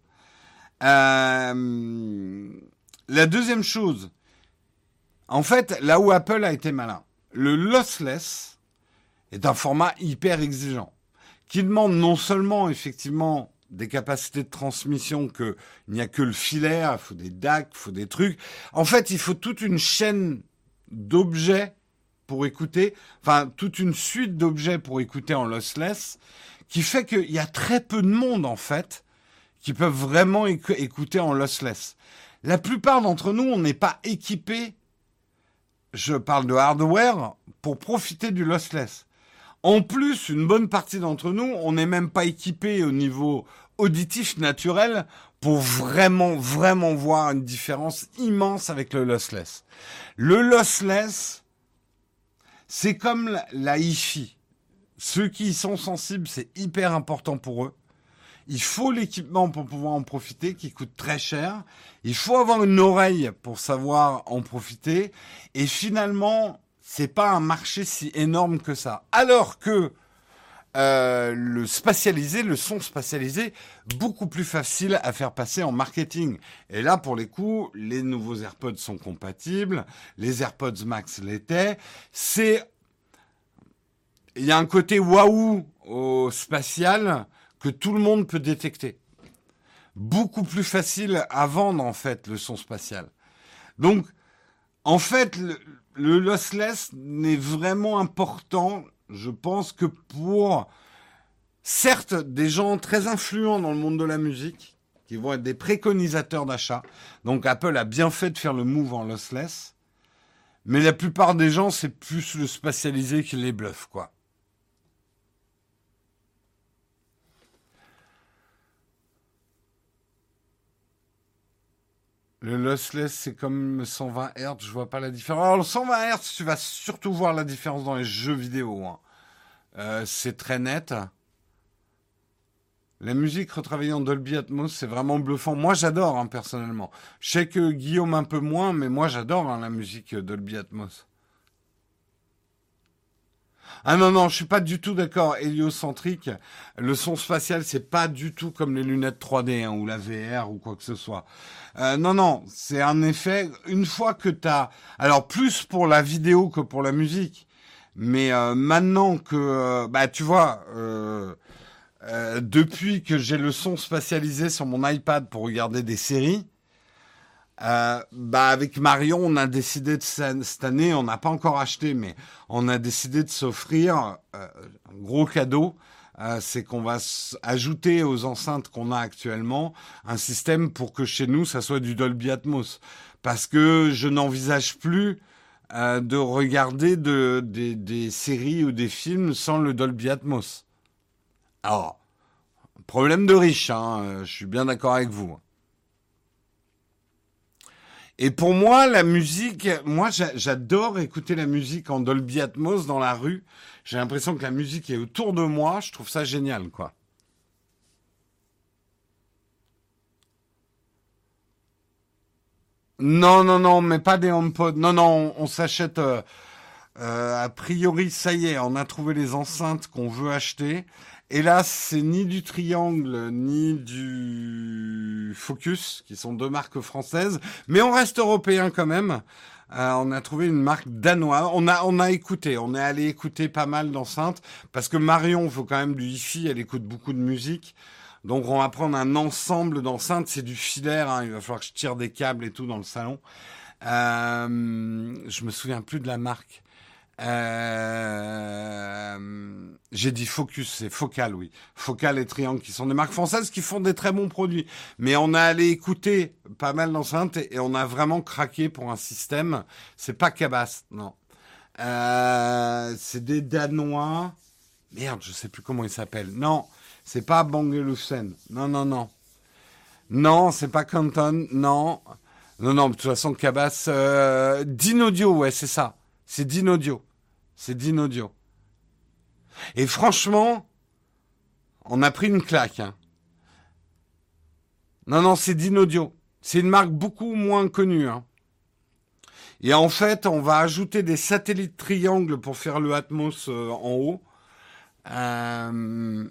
Euh, la deuxième chose, en fait, là où Apple a été malin, le lossless est un format hyper exigeant, qui demande non seulement, effectivement, des capacités de transmission, qu'il n'y a que le filaire, il faut des D A C, il faut des trucs. En fait, il faut toute une chaîne d'objets pour écouter, enfin, toute une suite d'objets pour écouter en lossless, qui fait qu'il y a très peu de monde, en fait, qui peuvent vraiment éc- écouter en lossless. La plupart d'entre nous, on n'est pas équipés, je parle de hardware, pour profiter du lossless. En plus, une bonne partie d'entre nous, on n'est même pas équipé au niveau auditif naturel pour vraiment, vraiment voir une différence immense avec le lossless. Le lossless, c'est comme la, la hi-fi. Ceux qui y sont sensibles, c'est hyper important pour eux. Il faut l'équipement pour pouvoir en profiter, qui coûte très cher. Il faut avoir une oreille pour savoir en profiter. Et finalement, c'est pas un marché si énorme que ça. Alors que euh, le spatialisé, le son spatialisé, beaucoup plus facile à faire passer en marketing. Et là, pour les coups, les nouveaux AirPods sont compatibles. Les AirPods Max l'étaient. C'est, il y a un côté waouh au spatial que tout le monde peut détecter. Beaucoup plus facile à vendre, en fait, le son spatial. Donc, en fait, le, le lossless n'est vraiment important, je pense, que pour, certes, des gens très influents dans le monde de la musique, qui vont être des préconisateurs d'achat. Donc, Apple a bien fait de faire le move en lossless. Mais la plupart des gens, c'est plus le spatialisé qui les bluffe, quoi. Le lossless, c'est comme cent vingt hertz, je vois pas la différence. Alors, le cent vingt hertz, tu vas surtout voir la différence dans les jeux vidéo. Hein. Euh, c'est très net. La musique retravaillée en Dolby Atmos, c'est vraiment bluffant. Moi, j'adore, hein, personnellement. Je sais que Guillaume un peu moins, mais moi, j'adore hein, la musique Dolby Atmos. Ah non, non, je suis pas du tout d'accord. Héliocentrique, le son spatial, c'est pas du tout comme les lunettes trois D hein, ou la V R ou quoi que ce soit. Euh, non, non, c'est un effet, une fois que t'as... Alors, plus pour la vidéo que pour la musique. Mais euh, maintenant que... Euh, bah, tu vois... Euh, euh, depuis que j'ai le son spatialisé sur mon iPad pour regarder des séries... Euh, bah avec Marion, on a décidé de cette année, on n'a pas encore acheté, mais on a décidé de s'offrir euh, un gros cadeau. Euh, c'est qu'on va s- ajouter aux enceintes qu'on a actuellement un système pour que chez nous, ça soit du Dolby Atmos. Parce que je n'envisage plus euh, de regarder de, des, des séries ou des films sans le Dolby Atmos. Alors, problème de riche, hein, euh, je suis bien d'accord avec vous. Et pour moi, la musique, moi j'a- j'adore écouter la musique en Dolby Atmos dans la rue. J'ai l'impression que la musique est autour de moi. Je trouve ça génial, quoi. Non, non, non, mais pas des HomePod. Non, non, on, on s'achète. Euh, euh, a priori, ça y est, on a trouvé les enceintes qu'on veut acheter. Et là, c'est ni du Triangle, ni du Focus, qui sont deux marques françaises. Mais on reste européen quand même. Euh, on a trouvé une marque danoise. On a, on a écouté. On est allé écouter pas mal d'enceintes. Parce que Marion, faut quand même du hi-fi. Elle écoute beaucoup de musique. Donc on va prendre un ensemble d'enceintes, c'est du filaire, hein. Il va falloir que je tire des câbles et tout dans le salon. Euh, je me souviens plus de la marque. Euh, j'ai dit Focus, c'est Focal, oui. Focal et Triangle, qui sont des marques françaises qui font des très bons produits. Mais on a allé écouter pas mal d'enceintes et, et on a vraiment craqué pour un système. C'est pas Cabas, non. Euh, c'est des Danois. Merde, je sais plus comment ils s'appellent. Non, c'est pas Bang Olufsen. Non, non, non. Non, c'est pas Canton. Non. Non, non, de toute façon, Cabas. Euh, Dynaudio, ouais, c'est ça. C'est Dynaudio. C'est Dynaudio. Et franchement, on a pris une claque. Hein. Non, non, c'est Dynaudio. C'est une marque beaucoup moins connue. Hein. Et en fait, on va ajouter des satellites triangles pour faire le Atmos euh, en haut. Euh,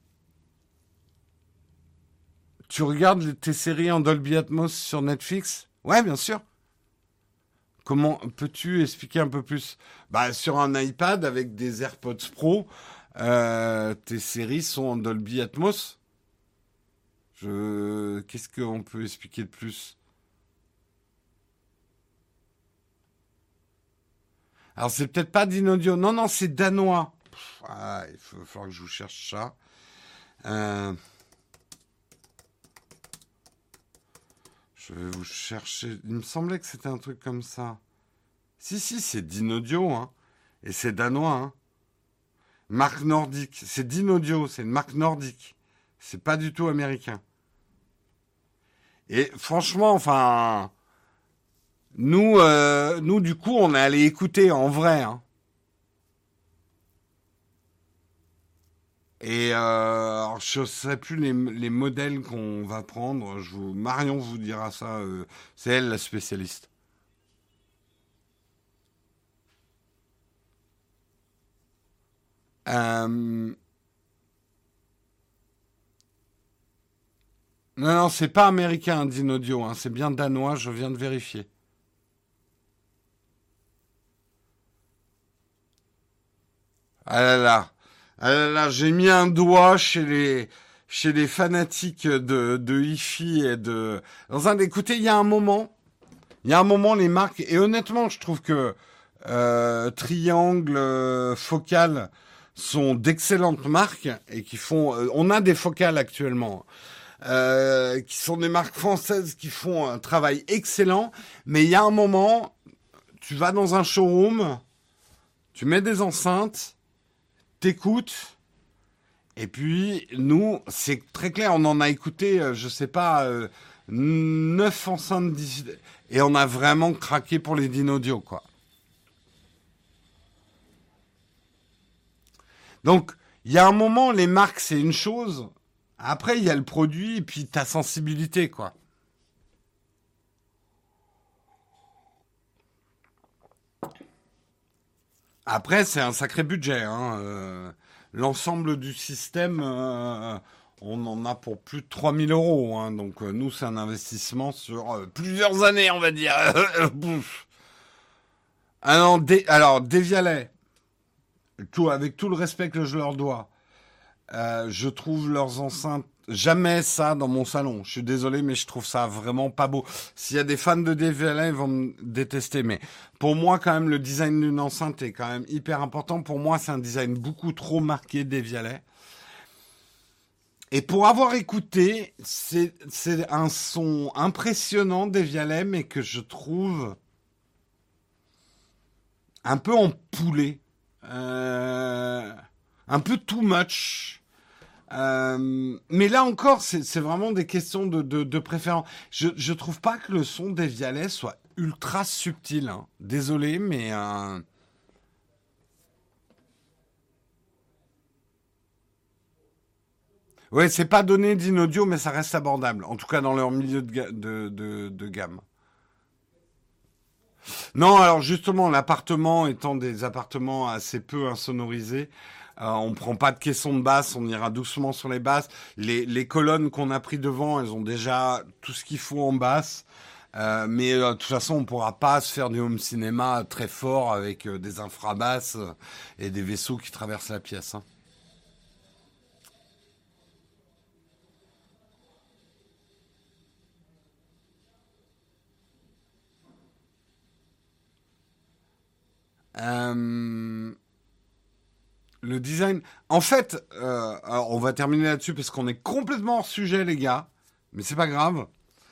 Tu regardes tes séries en Dolby Atmos sur Netflix? Ouais, bien sûr. Comment peux-tu expliquer un peu plus? Bah, sur un iPad avec des AirPods Pro, euh, tes séries sont en Dolby Atmos. Je... Qu'est-ce qu'on peut expliquer de plus? Alors, c'est peut-être pas d'Inaudio. Non, non, c'est danois. Pff, ah, il faut, falloir que je vous cherche ça. Euh, je vais vous chercher. Il me semblait que c'était un truc comme ça. Si, si, c'est Dynaudio, hein. Et c'est danois, hein. Marque nordique. C'est Dynaudio, c'est une marque nordique. C'est pas du tout américain. Et franchement, enfin, nous, euh, nous du coup, on est allé écouter en vrai. Hein. Et euh, alors, je ne sais plus les, les modèles qu'on va prendre. Je vous, Marion vous dira ça. Euh, c'est elle la spécialiste. Euh, non, non, c'est pas américain, Dynaudio. Hein, c'est bien danois. Je viens de vérifier. Ah là là. Ah là là, j'ai mis un doigt chez les chez les fanatiques de, de hi-fi et de. Dans un, écoutez, il y a un moment, il y a un moment, les marques et honnêtement, je trouve que euh, Triangle, euh, Focal sont d'excellentes marques et qui font. Euh, on a des focales actuellement. Euh, qui sont des marques françaises qui font un travail excellent, mais il y a un moment, tu vas dans un showroom, tu mets des enceintes, t'écoutes, et puis, nous, c'est très clair, on en a écouté, euh, je sais pas, euh, neuf enceintes d'ici, et on a vraiment craqué pour les Dynaudio, quoi. Donc, il y a un moment, les marques, c'est une chose. Après, il y a le produit, et puis ta sensibilité, quoi. Après, c'est un sacré budget, hein. euh, L'ensemble du système, euh, on en a pour plus de trois mille euros. Hein. Donc, euh, nous, c'est un investissement sur euh, plusieurs années, on va dire. Bouf. Ah non, Dé- alors, Dévialet, tout, avec tout le respect que je leur dois, euh, je trouve leurs enceintes. Jamais ça dans mon salon. Je suis désolé, mais je trouve ça vraiment pas beau. S'il y a des fans de Dévialet, ils vont me détester. Mais pour moi, quand même, le design d'une enceinte est quand même hyper important. Pour moi, c'est un design beaucoup trop marqué Dévialet. Et pour avoir écouté, c'est c'est un son impressionnant Dévialet, mais que je trouve un peu en poulet. Euh, un peu too much. Euh, mais là encore, c'est c'est vraiment des questions de, de, de préférence. Je, je trouve pas que le son des Vialets soit ultra subtil. Hein. Désolé, mais euh, ouais, c'est pas donné d'Inaudio, mais ça reste abordable. En tout cas, dans leur milieu de, ga- de, de, de gamme. Non, alors justement, l'appartement étant des appartements assez peu insonorisés, euh, on prend pas de caisson de basse, on ira doucement sur les basses. Les, les colonnes qu'on a pris devant, elles ont déjà tout ce qu'il faut en basse. Euh, mais euh, de toute façon, on pourra pas se faire du home cinéma très fort avec euh, des infrabasses euh, et des vaisseaux qui traversent la pièce, hein. Euh, le design. En fait, euh, alors on va terminer là-dessus parce qu'on est complètement hors sujet, les gars. Mais c'est pas grave.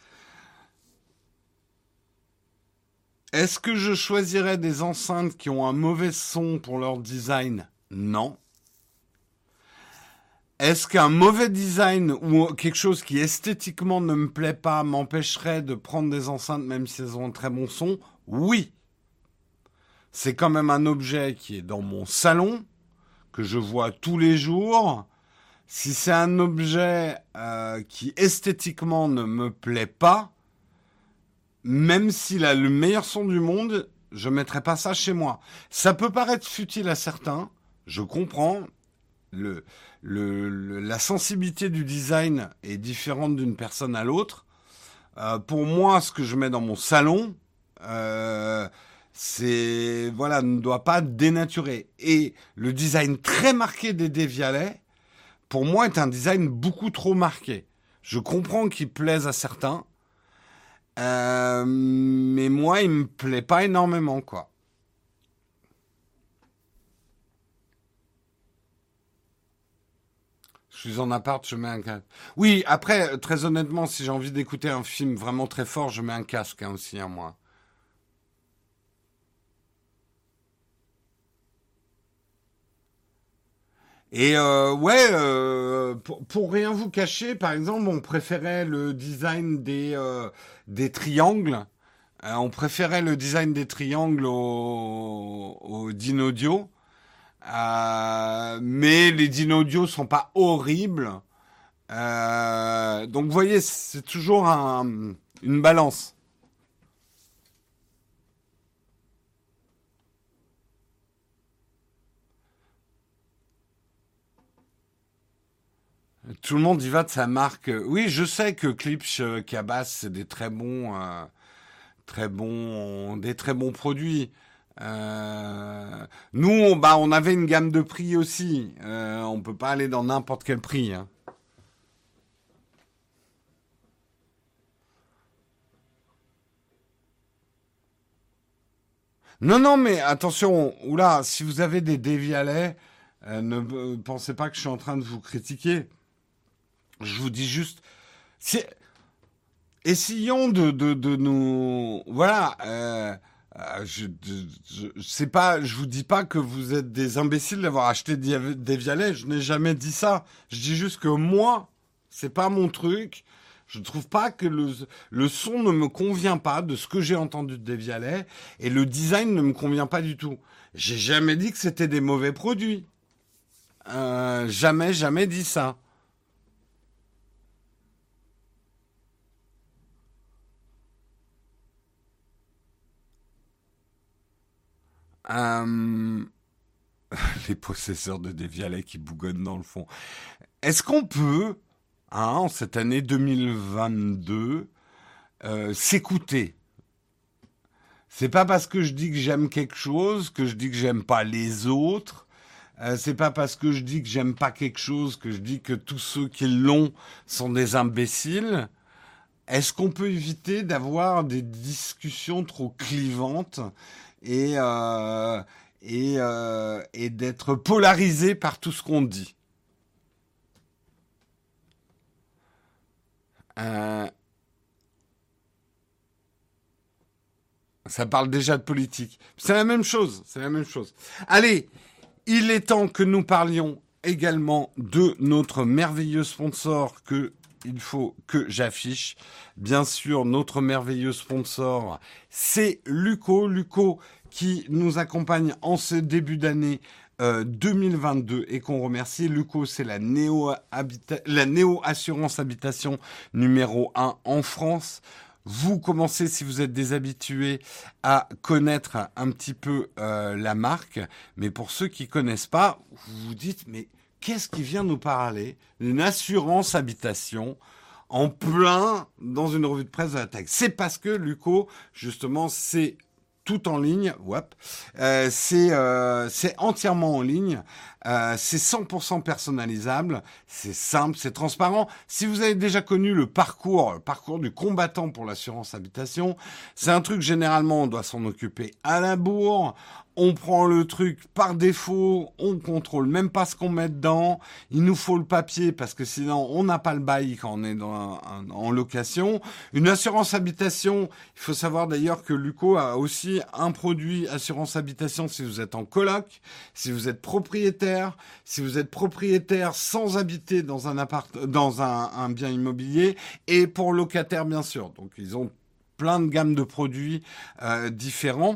Est-ce que je choisirais des enceintes qui ont un mauvais son pour leur design? Non. Est-ce qu'un mauvais design ou quelque chose qui esthétiquement ne me plaît pas m'empêcherait de prendre des enceintes même si elles ont un très bon son? Oui. C'est quand même un objet qui est dans mon salon, que je vois tous les jours. Si c'est un objet euh, qui esthétiquement ne me plaît pas, même s'il a le meilleur son du monde, je ne mettrai pas ça chez moi. Ça peut paraître futile à certains, je comprends. Le, le, le- la sensibilité du design est différente d'une personne à l'autre. Euh, pour moi, ce que je mets dans mon salon, euh, c'est voilà, ne doit pas dénaturer. Et le design très marqué des Dévialets, pour moi, est un design beaucoup trop marqué. Je comprends qu'il plaise à certains, euh, mais moi, il me plaît pas énormément, quoi. Je suis en appart, je mets un casque. Oui, après, très honnêtement, si j'ai envie d'écouter un film vraiment très fort, je mets un casque, hein, aussi, à moi. Et euh, ouais, euh, pour, pour rien vous cacher, par exemple, on préférait le design des, euh, des triangles. Euh, on préférait le design des triangles au, au Dynaudio. Euh, mais les Dynaudio sont pas horribles. Euh, donc vous voyez, c'est toujours un- une balance. Tout le monde y va de sa marque. Oui, je sais que Klipsch, euh, Cabas, c'est des très bons, euh, très bons, des très bons produits. Euh, nous, on, bah, on avait une gamme de prix aussi. Euh, on peut pas aller dans n'importe quel prix, hein. Non, non, mais attention, oula, si vous avez des dévialets, euh, ne euh, pensez pas que je suis en train de vous critiquer. Je vous dis juste, si- essayons de, de, de nous, voilà. Euh, euh, je, je, je sais pas, je vous dis pas que vous êtes des imbéciles d'avoir acheté des, des Vialets. Je n'ai jamais dit ça. Je dis juste que moi, c'est pas mon truc. Je trouve pas que le, le son ne me convient pas de ce que j'ai entendu des Vialets et le design ne me convient pas du tout. J'ai jamais dit que c'était des mauvais produits. Euh, jamais, jamais dit ça. Euh, les possesseurs de des Vialets qui bougonnent dans le fond. Est-ce qu'on peut, hein, en cette année deux mille vingt-deux, euh, s'écouter? C'est pas parce que je dis que j'aime quelque chose que je dis que j'aime pas les autres. Euh, c'est pas parce que je dis que j'aime pas quelque chose que je dis que tous ceux qui l'ont sont des imbéciles. Est-ce qu'on peut éviter d'avoir des discussions trop clivantes et euh, et, euh, et d'être polarisé par tout ce qu'on dit? Euh, Ça parle déjà de politique. C'est la même chose, c'est la même chose. Allez, il est temps que nous parlions également de notre merveilleux sponsor que il faut que j'affiche. Bien sûr, notre merveilleux sponsor, c'est Luco. Luco qui nous accompagne en ce début d'année euh, deux mille vingt-deux et qu'on remercie. Luco, c'est la néo, habita- la néo assurance habitation numéro un en France. vous commencez, si vous êtes des habitués, à connaître un petit peu euh, la marque. Mais pour ceux qui connaissent pas, vous vous dites, mais qu'est-ce qui vient nous parler d'une assurance habitation en plein dans une revue de presse de la tech? C'est parce que Luco, justement, c'est tout en ligne, Wop. Euh, c'est euh, c'est entièrement en ligne, euh, c'est cent pour cent personnalisable, c'est simple, c'est transparent. Si vous avez déjà connu le parcours, le parcours du combattant pour l'assurance habitation, c'est un truc, généralement, on doit s'en occuper à la bourre. On prend le truc par défaut, on contrôle même pas ce qu'on met dedans. Il nous faut le papier parce que sinon on n'a pas le bail quand on est dans un, un, en location. Une assurance habitation, il faut savoir d'ailleurs que Luco a aussi un produit assurance habitation si vous êtes en coloc, si vous êtes propriétaire, si vous êtes propriétaire sans habiter dans un appart, dans un, un bien immobilier, et pour locataire bien sûr. Donc ils ont plein de gammes de produits euh, différents.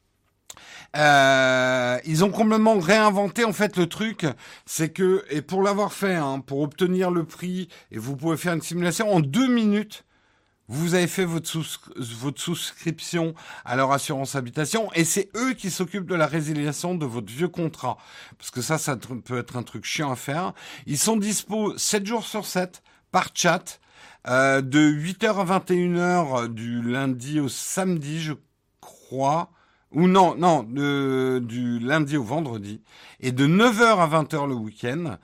Euh, ils ont complètement réinventé en fait le truc, c'est que, et pour l'avoir fait, hein, pour obtenir le prix, et vous pouvez faire une simulation en deux minutes, vous avez fait votre, sous, votre souscription à leur assurance habitation, et c'est eux qui s'occupent de la résiliation de votre vieux contrat, parce que ça, ça peut être un truc chiant à faire. Ils sont dispo sept jours sur sept par chat, euh, de huit heures à vingt et une heures du lundi au samedi, je crois. Ou non, non, de, du lundi au vendredi, et de neuf heures à vingt heures le week-end.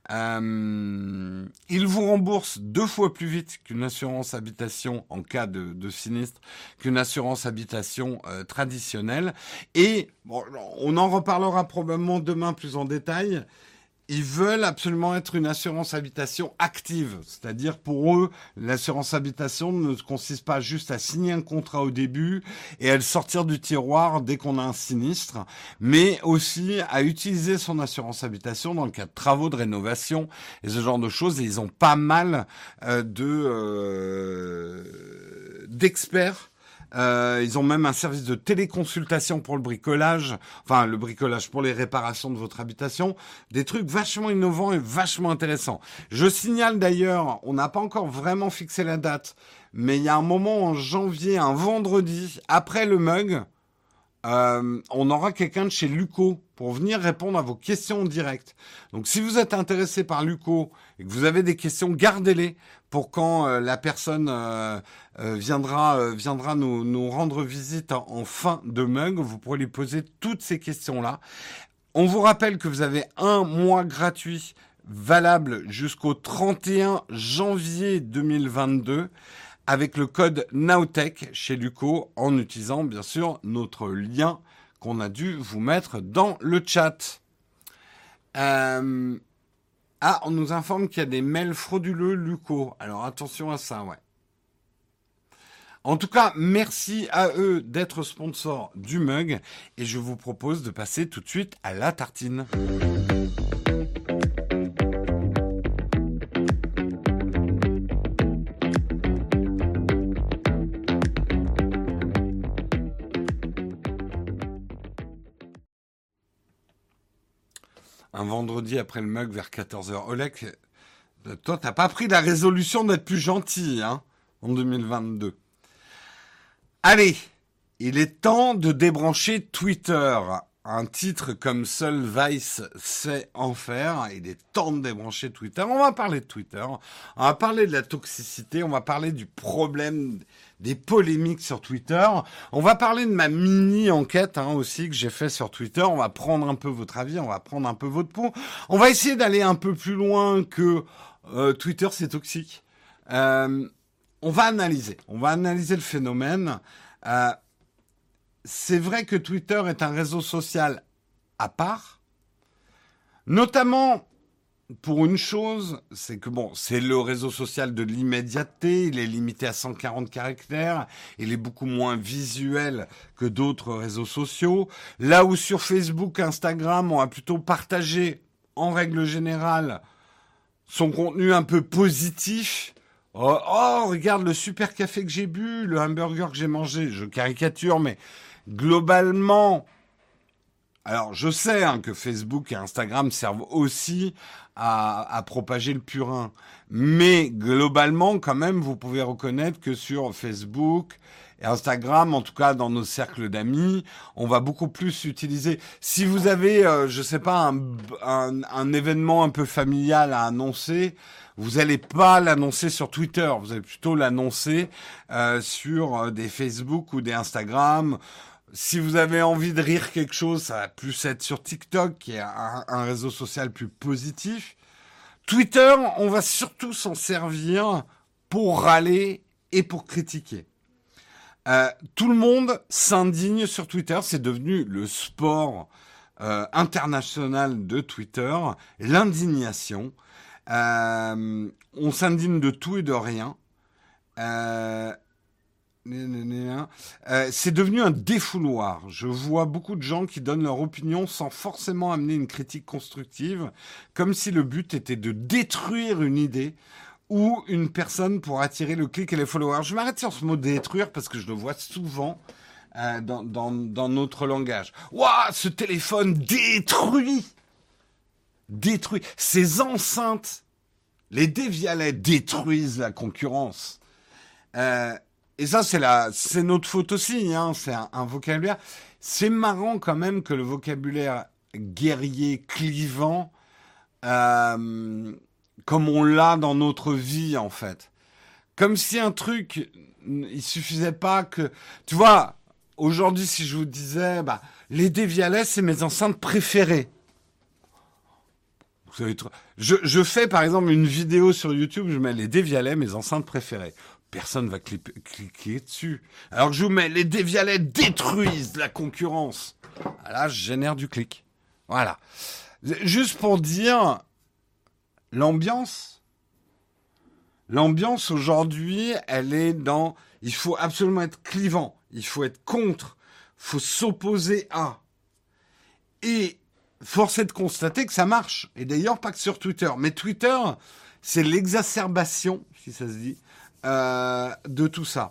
Euh, ils vous remboursent deux fois plus vite qu'une assurance habitation en cas de, de sinistre, qu'une assurance habitation euh, traditionnelle. Et bon, on en reparlera probablement demain plus en détail. Ils veulent absolument être une assurance habitation active. C'est-à-dire, pour eux, l'assurance habitation ne consiste pas juste à signer un contrat au début et à le sortir du tiroir dès qu'on a un sinistre, mais aussi à utiliser son assurance habitation dans le cas de travaux de rénovation et ce genre de choses. Et ils ont pas mal euh, de euh, d'experts. Euh, ils ont même un service de téléconsultation pour le bricolage, enfin le bricolage pour les réparations de votre habitation, des trucs vachement innovants et vachement intéressants. Je signale d'ailleurs, on n'a pas encore vraiment fixé la date, mais il y a un moment en janvier, un vendredi, après le mug, euh, on aura quelqu'un de chez Luco pour venir répondre à vos questions en direct. Donc si vous êtes intéressé par Luco et que vous avez des questions, gardez-les pour quand euh, la personne euh, euh, viendra euh, viendra nous, nous rendre visite en, en fin de mug. Vous pourrez lui poser toutes ces questions-là. On vous rappelle que vous avez un mois gratuit valable jusqu'au trente et un janvier deux mille vingt-deux avec le code Nowtech chez Luco en utilisant bien sûr notre lien qu'on a dû vous mettre dans le chat. Euh... Ah, on nous informe qu'il y a des mails frauduleux Luco. Alors attention à ça, ouais. En tout cas, merci à eux d'être sponsors du mug et je vous propose de passer tout de suite à la tartine. Un vendredi après le mug vers quatorze heures. Oleg, toi, t'as pas pris la résolution d'être plus gentil, hein, en deux mille vingt-deux. Allez, il est temps de débrancher Twitter. Un titre comme seul Vice sait en faire. Il est temps de débrancher Twitter. On va parler de Twitter. On va parler de la toxicité. On va parler du problème des polémiques sur Twitter. On va parler de ma mini-enquête hein, aussi que j'ai fait sur Twitter. On va prendre un peu votre avis. On va prendre un peu votre pouls. On va essayer d'aller un peu plus loin que euh, Twitter, c'est toxique. Euh, on va analyser. On va analyser le phénomène. Euh, C'est vrai que Twitter est un réseau social à part, notamment pour une chose, c'est que bon, c'est le réseau social de l'immédiateté, il est limité à cent quarante caractères, il est beaucoup moins visuel que d'autres réseaux sociaux. Là où sur Facebook, Instagram, on va plutôt partager, en règle générale, son contenu un peu positif. Oh, oh, regarde le super café que j'ai bu, le hamburger que j'ai mangé, je caricature, mais globalement, Alors, je sais hein, que Facebook et Instagram servent aussi à, à propager le purin. Mais globalement, quand même, vous pouvez reconnaître que sur Facebook et Instagram, en tout cas dans nos cercles d'amis, on va beaucoup plus utiliser. Si vous avez, euh, je sais pas, un, un, un événement un peu familial à annoncer, vous allez pas l'annoncer sur Twitter, vous allez plutôt l'annoncer euh, sur euh, des Facebook ou des Instagram. Si vous avez envie de rire quelque chose, ça va plus être sur TikTok, qui est un, un réseau social plus positif. Twitter, on va surtout s'en servir pour râler et pour critiquer. Euh, tout le monde s'indigne sur Twitter, c'est devenu le sport euh, international de Twitter, l'indignation. Euh, on s'indigne de tout et de rien. Euh, euh, c'est devenu un défouloir. Je vois beaucoup de gens qui donnent leur opinion sans forcément amener une critique constructive, comme si le but était de détruire une idée ou une personne pour attirer le clic et les followers. Je m'arrête sur ce mot détruire parce que je le vois souvent euh, dans, dans, dans notre langage. Ouah, ce téléphone détruit, détruit. Ces enceintes, les dévialets détruisent la concurrence. Euh, et ça, c'est la, c'est notre faute aussi. Hein, c'est un, un vocabulaire. C'est marrant quand même que le vocabulaire guerrier, clivant. Euh, comme on l'a dans notre vie, en fait. Comme si un truc, il suffisait pas que... Tu vois, aujourd'hui, si je vous disais, bah, les dévialets, c'est mes enceintes préférées. Vous savez, je, je fais, par exemple, une vidéo sur YouTube, je mets les dévialets, mes enceintes préférées. Personne va cliquer, cliquer dessus. Alors que je vous mets, les dévialets détruisent la concurrence. Là, je génère du clic. Voilà. Juste pour dire... L'ambiance, l'ambiance aujourd'hui, elle est dans, il faut absolument être clivant, il faut être contre, il faut s'opposer à. Et force est de constater que ça marche. Et d'ailleurs, pas que sur Twitter. Mais Twitter, c'est l'exacerbation, si ça se dit, euh, de tout ça.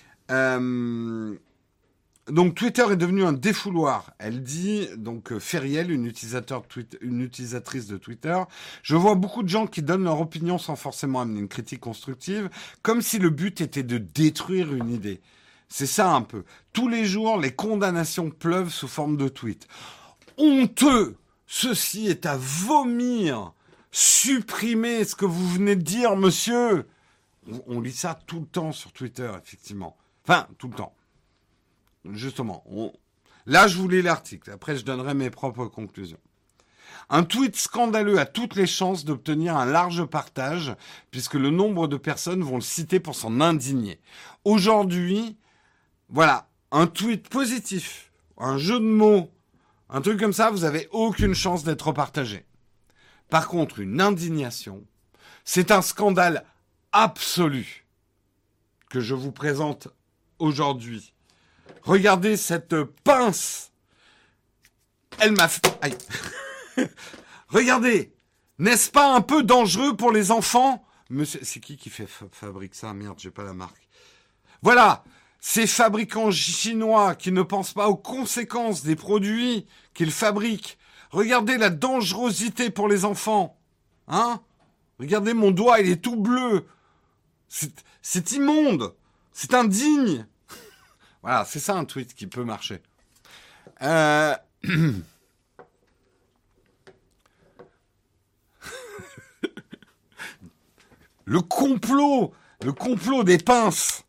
Euh, Donc Twitter est devenu un défouloir. Elle dit, donc Feriel, une, utilisateur de Twitter, une utilisatrice de Twitter, je vois beaucoup de gens qui donnent leur opinion sans forcément amener une critique constructive, comme si le but était de détruire une idée. C'est ça un peu. Tous les jours, les condamnations pleuvent sous forme de tweets. Honteux! Ceci est à vomir! Supprimez ce que vous venez de dire, monsieur! On, on lit ça tout le temps sur Twitter, effectivement. Enfin, tout le temps. Justement, on... là je vous lis l'article, après je donnerai mes propres conclusions. Un tweet scandaleux a toutes les chances d'obtenir un large partage, puisque le nombre de personnes vont le citer pour s'en indigner. Aujourd'hui, voilà, un tweet positif, un jeu de mots, un truc comme ça, vous n'avez aucune chance d'être partagé. Par contre, une indignation, c'est un scandale absolu que je vous présente aujourd'hui. Regardez cette pince. Elle m'a fait... Aïe. Regardez. N'est-ce pas un peu dangereux pour les enfants? Monsieur... C'est qui qui fait fa- fabrique ça? Merde, j'ai pas la marque. Voilà. Ces fabricants chinois qui ne pensent pas aux conséquences des produits qu'ils fabriquent. Regardez la dangerosité pour les enfants. Hein? Regardez mon doigt, il est tout bleu. C'est, c'est immonde. C'est indigne. Voilà, c'est ça un tweet qui peut marcher. Euh... le complot, le complot des pinces.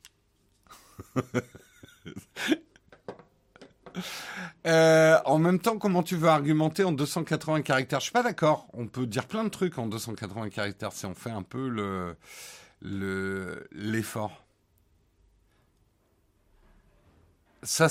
euh, en même temps, comment tu veux argumenter en deux cent quatre-vingts caractères? Je suis pas d'accord. On peut dire plein de trucs en deux cent quatre-vingts caractères si on fait un peu le, le, l'effort. Ça,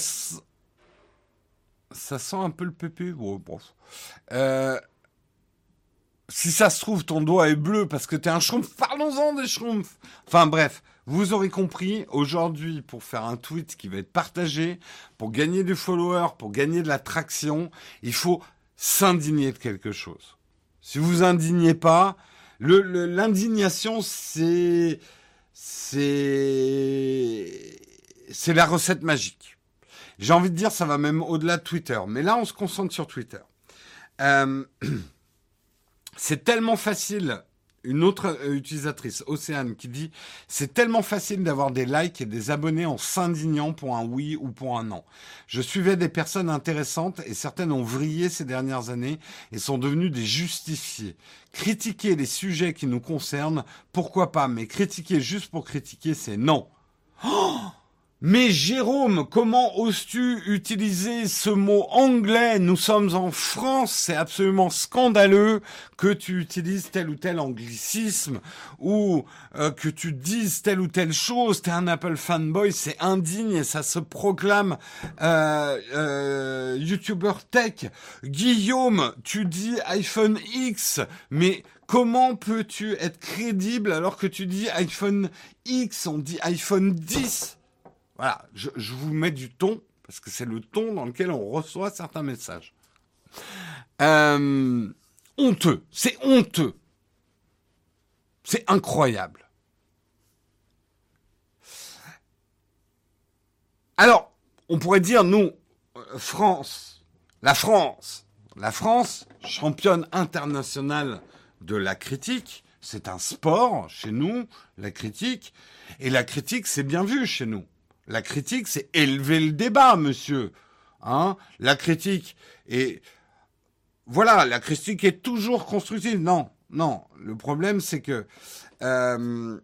ça sent un peu le pépé. Bon, bon. Euh, si ça se trouve, ton doigt est bleu parce que t'es un schtroumpf. Parlons-en des schtroumpfs. Enfin bref, vous aurez compris. Aujourd'hui, pour faire un tweet qui va être partagé, pour gagner du follower, pour gagner de la traction, il faut s'indigner de quelque chose. Si vous vous indignez pas, le, le, l'indignation, c'est, c'est, c'est la recette magique. J'ai envie de dire, ça va même au-delà de Twitter. Mais là, on se concentre sur Twitter. Euh, c'est tellement facile. Une autre utilisatrice, Océane, qui dit « C'est tellement facile d'avoir des likes et des abonnés en s'indignant pour un oui ou pour un non. Je suivais des personnes intéressantes et certaines ont vrillé ces dernières années et sont devenues des justifiés. Critiquer les sujets qui nous concernent, pourquoi pas, mais critiquer juste pour critiquer, c'est non. Oh !» Mais Jérôme, comment oses-tu utiliser ce mot anglais? Nous sommes en France, c'est absolument scandaleux que tu utilises tel ou tel anglicisme ou euh, que tu dises telle ou telle chose. T'es un Apple fanboy, c'est indigne et ça se proclame euh, euh, YouTuber tech. Guillaume, tu dis iPhone X, mais comment peux-tu être crédible alors que tu dis iPhone X? On dit iPhone dix. Voilà, je, je vous mets du ton, parce que c'est le ton dans lequel on reçoit certains messages. Euh, honteux, c'est honteux. C'est incroyable. Alors, on pourrait dire, nous, France, la France, la France, championne internationale de la critique, c'est un sport chez nous, la critique, et la critique, c'est bien vu chez nous. La critique, c'est élever le débat, monsieur. Hein, la critique est... Voilà, la critique est toujours constructive. Non, non. Le problème, c'est que euh,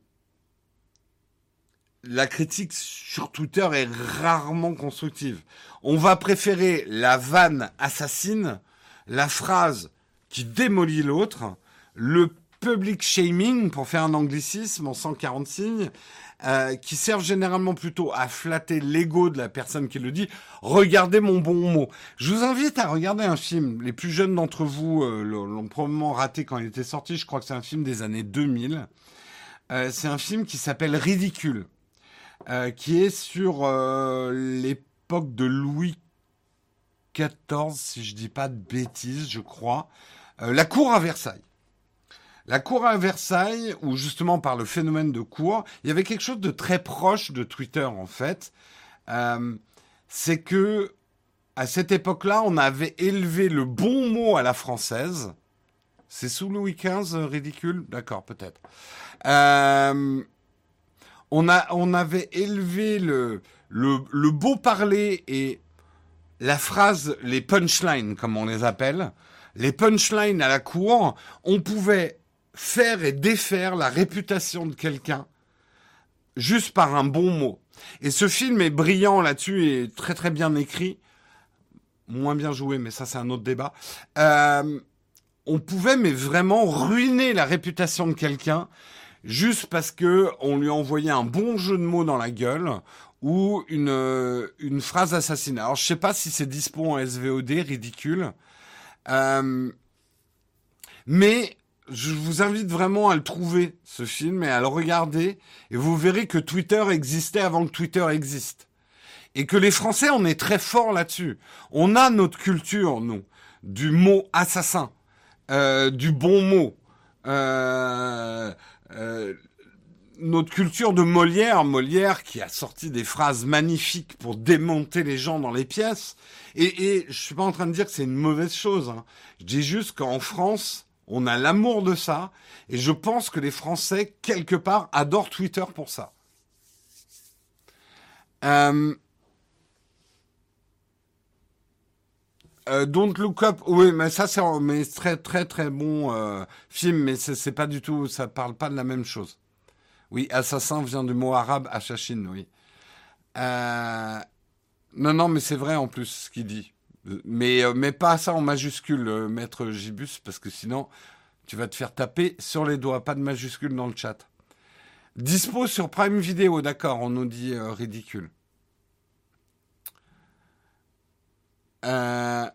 la critique sur Twitter est rarement constructive. On va préférer la vanne assassine, la phrase qui démolit l'autre, le public shaming, pour faire un anglicisme en cent quarante signes, Euh, qui servent généralement plutôt à flatter l'ego de la personne qui le dit. Regardez mon bon mot. Je vous invite à regarder un film. Les plus jeunes d'entre vous euh, l'ont probablement raté quand il était sorti. Je crois que c'est un film des années deux mille. Euh, c'est un film qui s'appelle Ridicule, euh, qui est sur euh, l'époque de Louis quatorze, si je dis pas de bêtises, je crois. Euh, la cour à Versailles. La cour à Versailles, où justement par le phénomène de cour, il y avait quelque chose de très proche de Twitter en fait. Euh, c'est que à cette époque-là, on avait élevé le bon mot à la française. C'est sous Louis quinze, euh, ridicule, d'accord, peut-être. Euh, on a, on avait élevé le, le, le beau parler et la phrase, les punchlines comme on les appelle, les punchlines à la cour. On pouvait faire et défaire la réputation de quelqu'un juste par un bon mot. Et ce film est brillant là-dessus et très très bien écrit. Moins bien joué, mais ça c'est un autre débat. Euh, on pouvait mais vraiment ruiner la réputation de quelqu'un juste parce que on lui envoyait un bon jeu de mots dans la gueule ou une, une phrase assassine. Alors je sais pas si c'est dispo en S V O D, ridicule. Euh, mais je vous invite vraiment à le trouver, ce film, et à le regarder, et vous verrez que Twitter existait avant que Twitter existe. Et que les Français, on est très forts là-dessus. On a notre culture, nous, du mot assassin, euh, du bon mot, euh, euh, notre culture de Molière, Molière qui a sorti des phrases magnifiques pour démonter les gens dans les pièces. Et, et je suis pas en train de dire que c'est une mauvaise chose, hein. Je dis juste qu'en France, on a l'amour de ça, et je pense que les Français, quelque part, adorent Twitter pour ça. Euh, euh, Don't Look Up, oui, mais ça c'est mais très très très bon euh, film, mais c'est, c'est pas du tout, ça parle pas de la même chose. Oui, assassin vient du mot arabe Achachine, oui. Euh, non, non, mais c'est vrai en plus ce qu'il dit. Mais, euh, mais pas ça en majuscule, euh, maître Gibus, parce que sinon, tu vas te faire taper sur les doigts. Pas de majuscule dans le chat. Dispo sur Prime Video, d'accord, on nous dit euh, ridicule. Euh...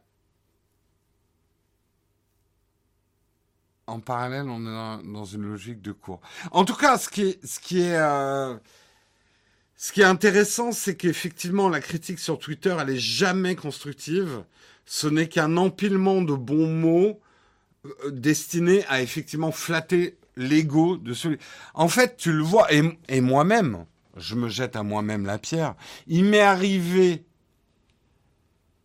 En parallèle, on est dans, dans une logique de cours. En tout cas, ce qui est... Ce qui est euh... Ce qui est intéressant, c'est qu'effectivement, la critique sur Twitter, elle est jamais constructive. Ce n'est qu'un empilement de bons mots euh, destinés à effectivement flatter l'ego de celui... En fait, tu le vois, et, et moi-même, je me jette à moi-même la pierre, il m'est arrivé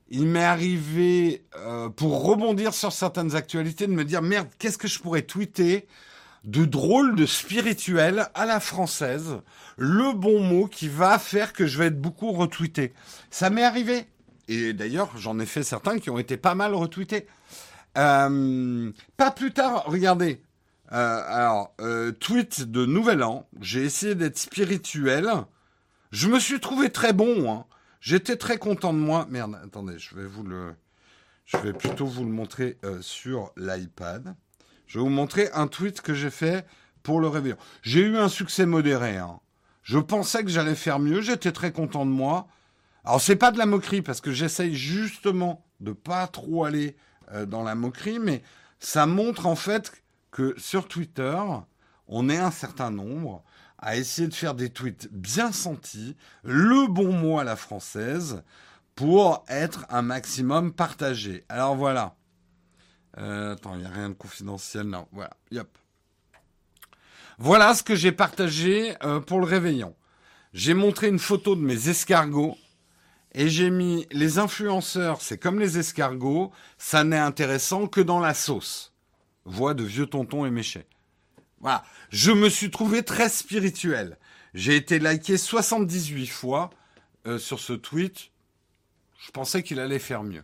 il m'est arrivé, euh, pour rebondir sur certaines actualités, de me dire, merde, qu'est-ce que je pourrais tweeter de drôle, de spirituel à la française, le bon mot qui va faire que je vais être beaucoup retweeté. Ça m'est arrivé. Et d'ailleurs, j'en ai fait certains qui ont été pas mal retweetés. Euh, pas plus tard, regardez. Euh, alors, euh, tweet de Nouvel An. J'ai essayé d'être spirituel. Je me suis trouvé très bon. Hein. J'étais très content de moi. Merde, attendez, je vais vous le, je vais plutôt vous le montrer euh, sur l'iPad. Je vais vous montrer un tweet que j'ai fait pour le réveillon. J'ai eu un succès modéré. Hein. Je pensais que j'allais faire mieux. J'étais très content de moi. Alors, c'est pas de la moquerie parce que j'essaye justement de pas trop aller euh, dans la moquerie, mais ça montre en fait que sur Twitter, on est un certain nombre à essayer de faire des tweets bien sentis, le bon mot à la française, pour être un maximum partagé. Alors voilà. Euh, attends, il n'y a rien de confidentiel, non. Voilà, yep. Voilà ce que j'ai partagé euh, pour le réveillon. J'ai montré une photo de mes escargots et j'ai mis les influenceurs, c'est comme les escargots, ça n'est intéressant que dans la sauce. Voix de vieux tonton et méchait. Voilà, je me suis trouvé très spirituel. J'ai été liké soixante-dix-huit fois euh, sur ce tweet. Je pensais qu'il allait faire mieux.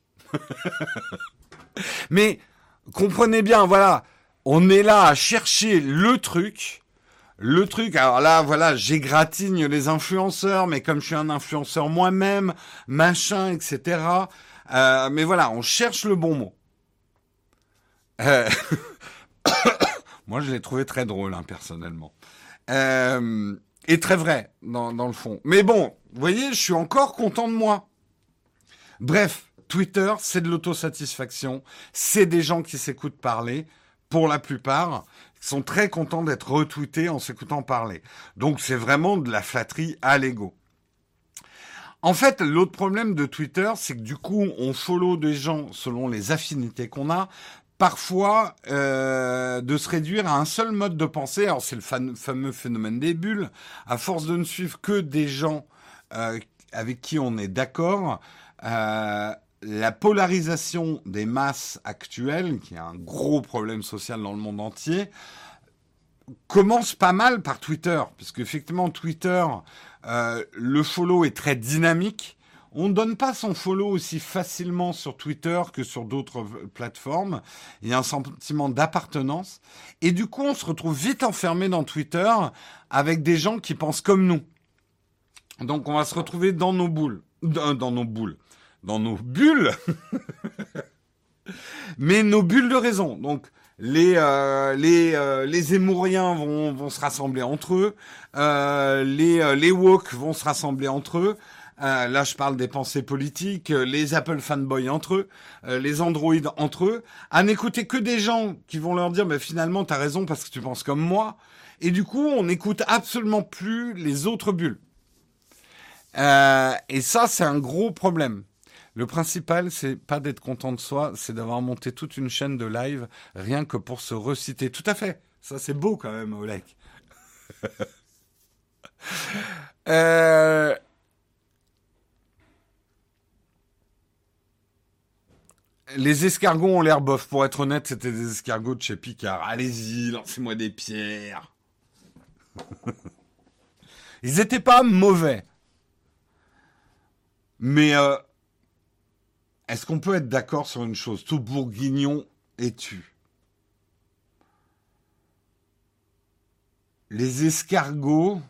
Mais comprenez bien, voilà, on est là à chercher le truc, le truc. Alors là, voilà, j'égratigne les influenceurs, mais comme je suis un influenceur moi-même, machin, et cetera. Euh, mais voilà, on cherche le bon mot. Euh... Moi, je l'ai trouvé très drôle, hein, personnellement. Euh... Et très vrai, dans, dans le fond. Mais bon, vous voyez, je suis encore content de moi. Bref. Twitter, c'est de l'autosatisfaction. C'est des gens qui s'écoutent parler, pour la plupart, qui sont très contents d'être retweetés en s'écoutant parler. Donc, c'est vraiment de la flatterie à l'ego. En fait, l'autre problème de Twitter, c'est que du coup, on follow des gens selon les affinités qu'on a. Parfois, euh, de se réduire à un seul mode de pensée. Alors, c'est le fan- fameux phénomène des bulles. À force de ne suivre que des gens euh, avec qui on est d'accord, euh, la polarisation des masses actuelles, qui est un gros problème social dans le monde entier, commence pas mal par Twitter, parce qu'effectivement, Twitter, euh, le follow est très dynamique. On ne donne pas son follow aussi facilement sur Twitter que sur d'autres plateformes. Il y a un sentiment d'appartenance. Et du coup, on se retrouve vite enfermé dans Twitter avec des gens qui pensent comme nous. Donc, on va se retrouver dans nos boules. Dans, dans nos boules. Dans nos bulles, mais nos bulles de raison. Donc les euh, les euh, les Zemmouriens vont vont se rassembler entre eux, euh, les euh, les woke vont se rassembler entre eux. Euh, là, je parle des pensées politiques, les Apple fanboys entre eux, euh, les Android entre eux, à n'écouter que des gens qui vont leur dire, mais finalement, t'as raison parce que tu penses comme moi. Et du coup, on n'écoute absolument plus les autres bulles. Euh, et ça, c'est un gros problème. Le principal, c'est pas d'être content de soi, c'est d'avoir monté toute une chaîne de live rien que pour se reciter. Tout à fait. Ça, c'est beau quand même, Oleg. euh... Les escargots ont l'air bof. Pour être honnête, c'était des escargots de chez Picard. Allez-y, lancez-moi des pierres. Ils étaient pas mauvais. Mais... Euh... Est-ce qu'on peut être d'accord sur une chose? Tout bourguignon est tu. Les escargots,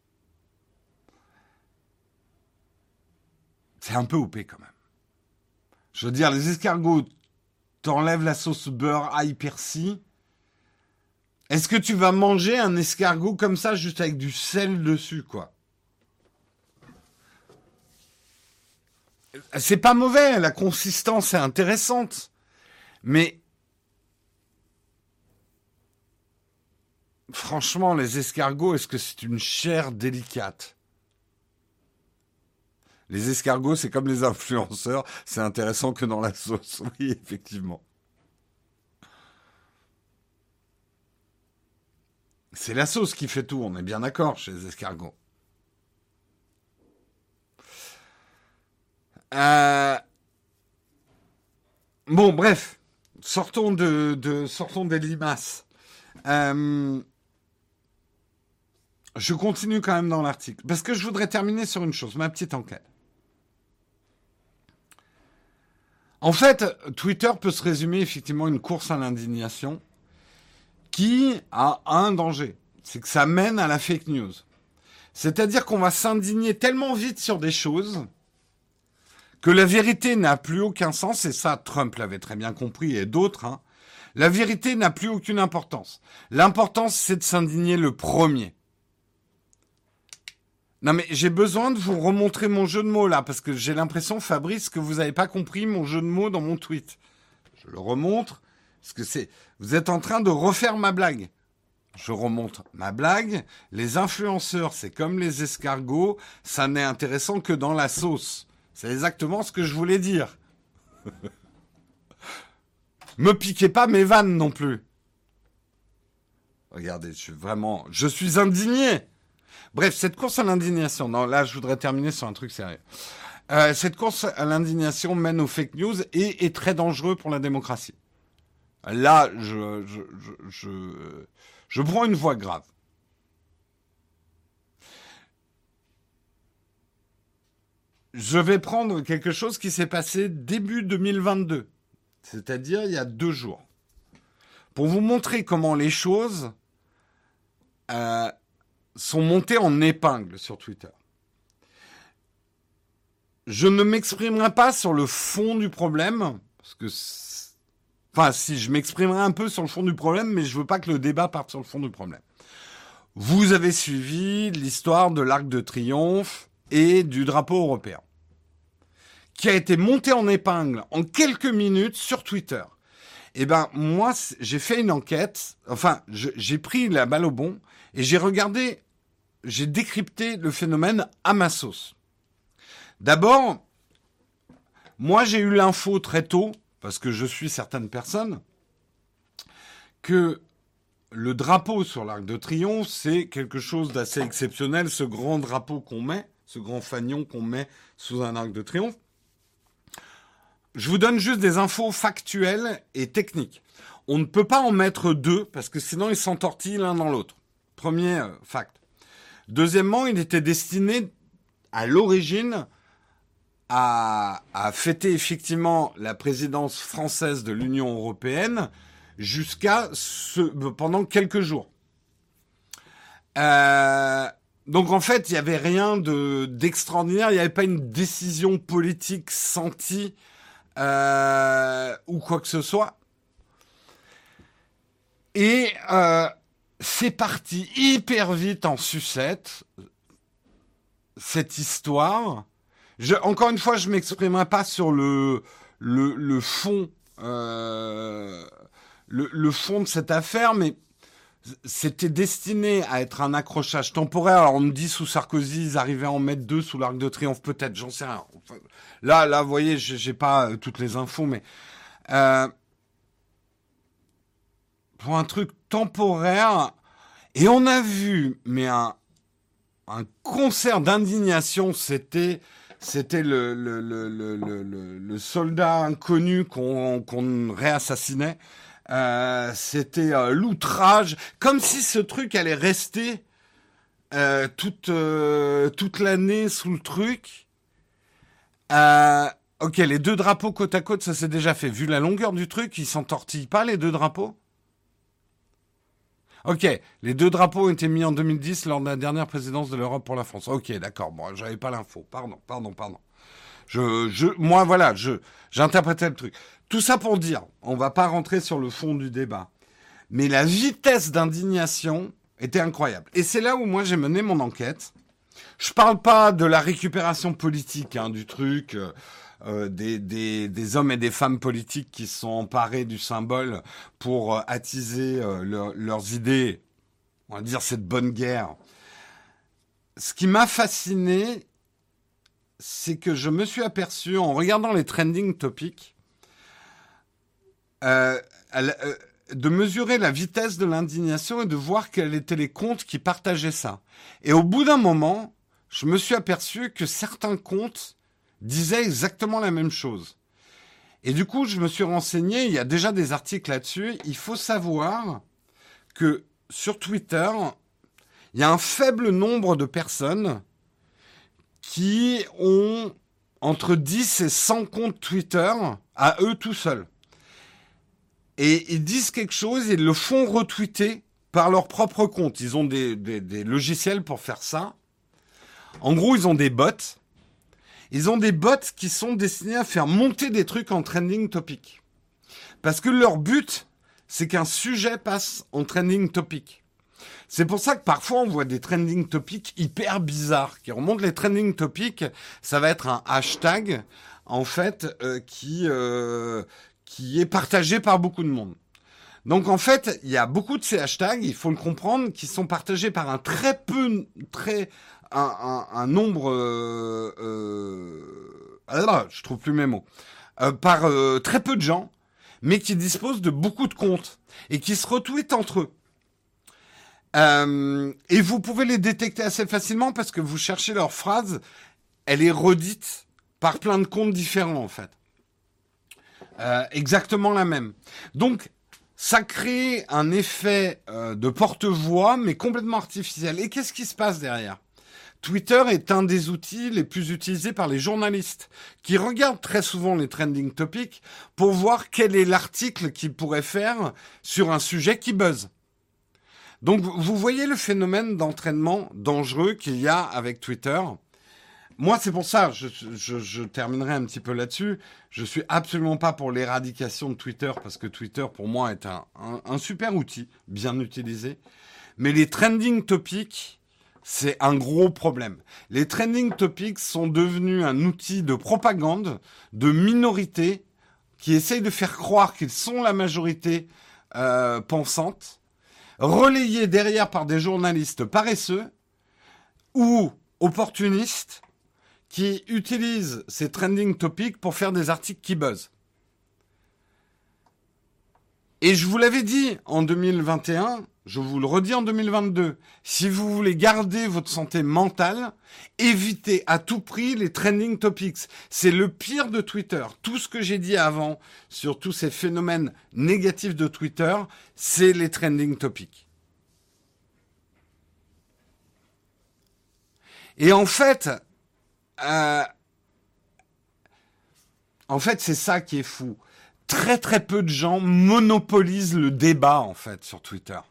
c'est un peu O P quand même. Je veux dire, les escargots, t'enlèves la sauce beurre, ail, persil. Est-ce que tu vas manger un escargot comme ça, juste avec du sel dessus, quoi? C'est pas mauvais, la consistance est intéressante. Mais franchement, les escargots, est-ce que c'est une chair délicate? Les escargots, c'est comme les influenceurs, c'est intéressant que dans la sauce. Oui, effectivement. C'est la sauce qui fait tout, on est bien d'accord chez les escargots. Euh, Bon, bref, sortons de, de sortons des limaces. Euh, je continue quand même dans l'article parce que je voudrais terminer sur une chose, ma petite enquête. En fait, Twitter peut se résumer effectivement à une course à l'indignation qui a un danger, c'est que ça mène à la fake news. C'est-à-dire qu'on va s'indigner tellement vite sur des choses que la vérité n'a plus aucun sens, et ça, Trump l'avait très bien compris, et d'autres, hein. La vérité n'a plus aucune importance. L'importance, c'est de s'indigner le premier. Non mais j'ai besoin de vous remontrer mon jeu de mots là, parce que j'ai l'impression, Fabrice, que vous n'avez pas compris mon jeu de mots dans mon tweet. Je le remontre, parce que c'est... Vous êtes en train de refaire ma blague. Je remonte ma blague. Les influenceurs, c'est comme les escargots, ça n'est intéressant que dans la sauce. C'est exactement ce que je voulais dire. Me piquez pas mes vannes non plus. Regardez, je suis vraiment... Je suis indigné. Bref, cette course à l'indignation... Non, là, je voudrais terminer sur un truc sérieux. Euh, cette course à l'indignation mène aux fake news et est très dangereux pour la démocratie. Là, je, je, je, je, je prends une voie grave. Je vais prendre quelque chose qui s'est passé début deux mille vingt-deux, c'est-à-dire il y a deux jours, pour vous montrer comment les choses euh, sont montées en épingle sur Twitter. Je ne m'exprimerai pas sur le fond du problème, parce que... Enfin, si, je m'exprimerai un peu sur le fond du problème, mais je veux pas que le débat parte sur le fond du problème. Vous avez suivi l'histoire de l'Arc de Triomphe et du drapeau européen, qui a été monté en épingle en quelques minutes sur Twitter. Eh ben, moi, j'ai fait une enquête, enfin, je, j'ai pris la balle au bon, et j'ai regardé, j'ai décrypté le phénomène à ma sauce. D'abord, moi, j'ai eu l'info très tôt, parce que je suis certaines personnes, que le drapeau sur l'Arc de Triomphe, c'est quelque chose d'assez exceptionnel, ce grand drapeau qu'on met, ce grand fanion qu'on met sous un Arc de Triomphe. Je vous donne juste des infos factuelles et techniques. On ne peut pas en mettre deux, parce que sinon ils s'entortillent l'un dans l'autre. Premier euh, fact. Deuxièmement, il était destiné, à l'origine, à, à fêter effectivement la présidence française de l'Union européenne jusqu'à ce, pendant quelques jours. Euh, donc en fait, il n'y avait rien de, d'extraordinaire, il n'y avait pas une décision politique sentie euh, ou quoi que ce soit. Et euh, c'est parti hyper vite en sucette, cette histoire. Je, encore une fois, je m'exprimerai pas sur le le, le fond euh, le, le fond de cette affaire, mais c'était destiné à être un accrochage temporaire. Alors on me dit sous Sarkozy, ils arrivaient à en mettre deux sous l'Arc de Triomphe, peut-être, j'en sais rien. Enfin, là, là, vous voyez, j'ai, j'ai pas toutes les infos, mais euh, pour un truc temporaire, et on a vu, mais un un concert d'indignation, c'était C'était le, le, le, le, le, le soldat inconnu qu'on, qu'on réassassinait. Euh, c'était euh, l'outrage. Comme si ce truc allait rester euh, toute, euh, toute l'année sous le truc. Euh, ok, les deux drapeaux côte à côte, ça s'est déjà fait. Vu la longueur du truc, ils s'entortillent pas, les deux drapeaux ? Ok, les deux drapeaux ont été mis en deux mille dix lors de la dernière présidence de l'Europe pour la France. Ok, d'accord, bon, j'avais pas l'info. Pardon, pardon, pardon. Je, je, moi, voilà, je, j'interprétais le truc. Tout ça pour dire, on va pas rentrer sur le fond du débat, mais la vitesse d'indignation était incroyable. Et c'est là où moi j'ai mené mon enquête. Je parle pas de la récupération politique, hein, du truc... Euh, Euh, des, des, des hommes et des femmes politiques qui se sont emparés du symbole pour euh, attiser euh, leur, leurs idées, on va dire cette bonne guerre. Ce qui m'a fasciné, c'est que je me suis aperçu, en regardant les trending topics, euh, euh, de mesurer la vitesse de l'indignation et de voir quels étaient les comptes qui partageaient ça. Et au bout d'un moment, je me suis aperçu que certains comptes disait exactement la même chose. Et du coup, je me suis renseigné, il y a déjà des articles là-dessus. Il faut savoir que sur Twitter, il y a un faible nombre de personnes qui ont entre dix et cent comptes Twitter à eux tout seuls. Et ils disent quelque chose, ils le font retweeter par leur propre compte. Ils ont des, des, des logiciels pour faire ça. En gros, ils ont des bots. Ils ont des bots qui sont destinés à faire monter des trucs en trending topic. Parce que leur but, c'est qu'un sujet passe en trending topic. C'est pour ça que parfois on voit des trending topics hyper bizarres qui remontent. Les trending topics, ça va être un hashtag en fait euh, qui euh, qui est partagé par beaucoup de monde. Donc en fait, il y a beaucoup de ces hashtags, il faut le comprendre, qui sont partagés par un très peu, très un, un, un nombre, euh, euh, ah là, je trouve plus mes mots, euh, par euh, très peu de gens, mais qui disposent de beaucoup de comptes et qui se retweetent entre eux. Euh, et vous pouvez les détecter assez facilement parce que vous cherchez leur phrase, elle est redite par plein de comptes différents en fait. Euh, exactement la même. Donc, ça crée un effet euh, de porte-voix, mais complètement artificiel. Et qu'est-ce qui se passe derrière ? Twitter est un des outils les plus utilisés par les journalistes, qui regardent très souvent les trending topics pour voir quel est l'article qu'ils pourraient faire sur un sujet qui buzz. Donc, vous voyez le phénomène d'entraînement dangereux qu'il y a avec Twitter. Moi, c'est pour ça, je, je, je terminerai un petit peu là-dessus. Je suis absolument pas pour l'éradication de Twitter, parce que Twitter, pour moi, est un, un, un super outil, bien utilisé. Mais les trending topics, c'est un gros problème. Les trending topics sont devenus un outil de propagande de minorités qui essayent de faire croire qu'ils sont la majorité euh, pensante, relayés derrière par des journalistes paresseux ou opportunistes qui utilisent ces trending topics pour faire des articles qui buzzent. Et je vous l'avais dit en deux mille vingt et un, je vous le redis en deux mille vingt-deux, si vous voulez garder votre santé mentale, évitez à tout prix les trending topics. C'est le pire de Twitter. Tout ce que j'ai dit avant sur tous ces phénomènes négatifs de Twitter, c'est les trending topics. Et en fait, euh, en fait, c'est ça qui est fou. Très très peu de gens monopolisent le débat en fait sur Twitter.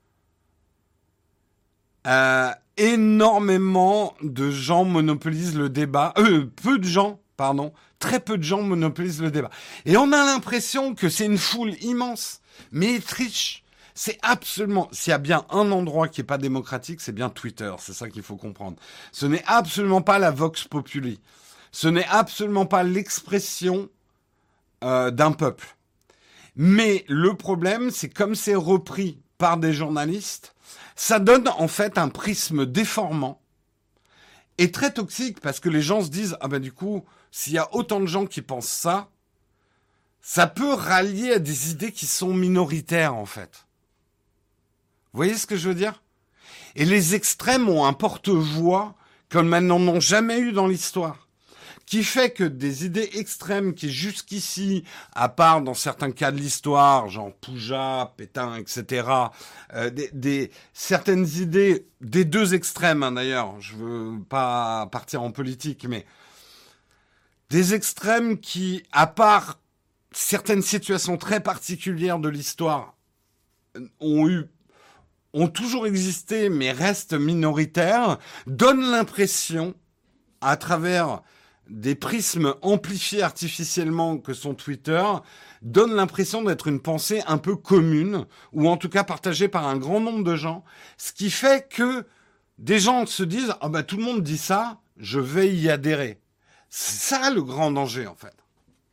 Euh, énormément de gens monopolisent le débat. Euh, peu de gens, pardon, très peu de gens monopolisent le débat. Et on a l'impression que c'est une foule immense, mais ils trichent. C'est absolument, s'il y a bien un endroit qui est pas démocratique, c'est bien Twitter. C'est ça qu'il faut comprendre. Ce n'est absolument pas la Vox Populi. Ce n'est absolument pas l'expression euh, d'un peuple. Mais le problème, c'est comme c'est repris par des journalistes, ça donne en fait un prisme déformant et très toxique parce que les gens se disent ah ben du coup, s'il y a autant de gens qui pensent ça, ça peut rallier à des idées qui sont minoritaires en fait. Vous voyez ce que je veux dire ? Et les extrêmes ont un porte-voix comme elles n'en ont jamais eu dans l'histoire. Qui fait que des idées extrêmes qui jusqu'ici, à part dans certains cas de l'histoire, genre Pouja, Pétain, et cetera, euh, des, des certaines idées des deux extrêmes, hein, d'ailleurs, je veux pas partir en politique, mais des extrêmes qui, à part certaines situations très particulières de l'histoire, ont eu ont toujours existé, mais restent minoritaires, donnent l'impression, à travers des prismes amplifiés artificiellement que sont Twitter, donnent l'impression d'être une pensée un peu commune, ou en tout cas partagée par un grand nombre de gens, ce qui fait que des gens se disent « Ah ben tout le monde dit ça, je vais y adhérer ». C'est ça le grand danger en fait.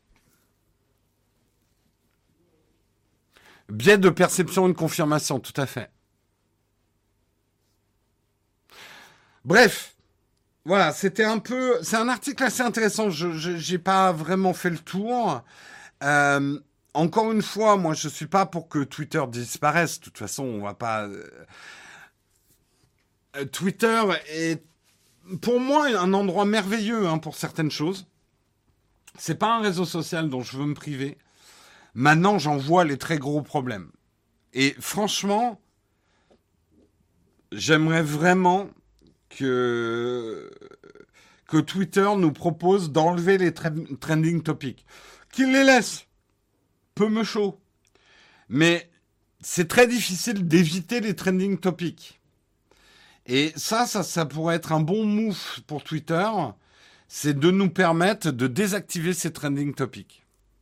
Biais de perception et de confirmation, tout à fait. Bref. Voilà, c'était un peu, c'est un article assez intéressant. Je, je j'ai pas vraiment fait le tour. Euh, encore une fois, moi, je suis pas pour que Twitter disparaisse. De toute façon, on va pas. Euh, Twitter est, pour moi, un endroit merveilleux hein, pour certaines choses. C'est pas un réseau social dont je veux me priver. Maintenant, j'en vois les très gros problèmes. Et franchement, j'aimerais vraiment que, que Twitter nous propose d'enlever les tra- trending topics. Qu'il les laisse. Peu me chaud. Mais c'est très difficile d'éviter les trending topics. Et ça, ça, ça pourrait être un bon move pour Twitter. C'est de nous permettre de désactiver ces trending topics.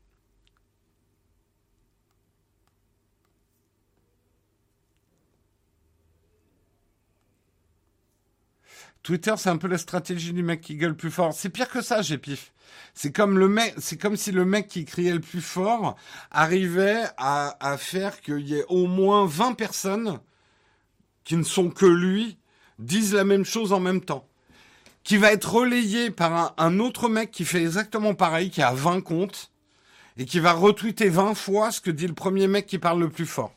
Twitter, c'est un peu la stratégie du mec qui gueule plus fort. C'est pire que ça, Gépif. C'est comme le mec, c'est comme si le mec qui criait le plus fort arrivait à, à faire qu'il y ait au moins vingt personnes qui ne sont que lui disent la même chose en même temps. Qui va être relayé par un, un autre mec qui fait exactement pareil, qui a vingt comptes, et qui va retweeter vingt fois ce que dit le premier mec qui parle le plus fort.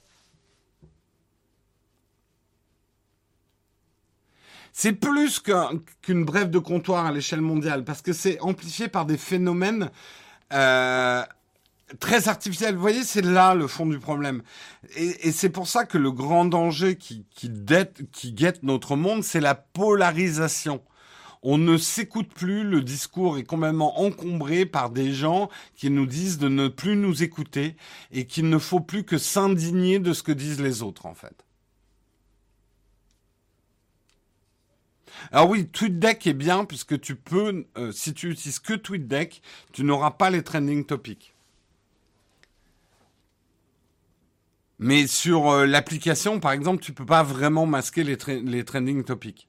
C'est plus qu'un, qu'une brève de comptoir à l'échelle mondiale, parce que c'est amplifié par des phénomènes euh, très artificiels. Vous voyez, c'est là le fond du problème. Et, et c'est pour ça que le grand danger qui, qui, dette, qui guette notre monde, c'est la polarisation. On ne s'écoute plus, le discours est complètement encombré par des gens qui nous disent de ne plus nous écouter et qu'il ne faut plus que s'indigner de ce que disent les autres, en fait. Alors oui, TweetDeck est bien puisque tu peux, euh, si tu utilises que TweetDeck, tu n'auras pas les trending topics. Mais sur euh, l'application, par exemple, tu peux pas vraiment masquer les, tra- les trending topics.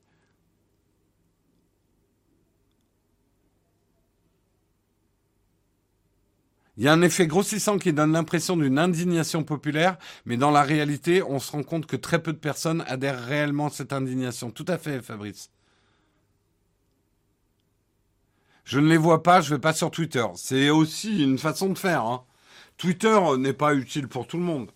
Il y a un effet grossissant qui donne l'impression d'une indignation populaire, mais dans la réalité, on se rend compte que très peu de personnes adhèrent réellement à cette indignation. Tout à fait, Fabrice. Je ne les vois pas, je vais pas sur Twitter. C'est aussi une façon de faire. Hein. Twitter n'est pas utile pour tout le monde.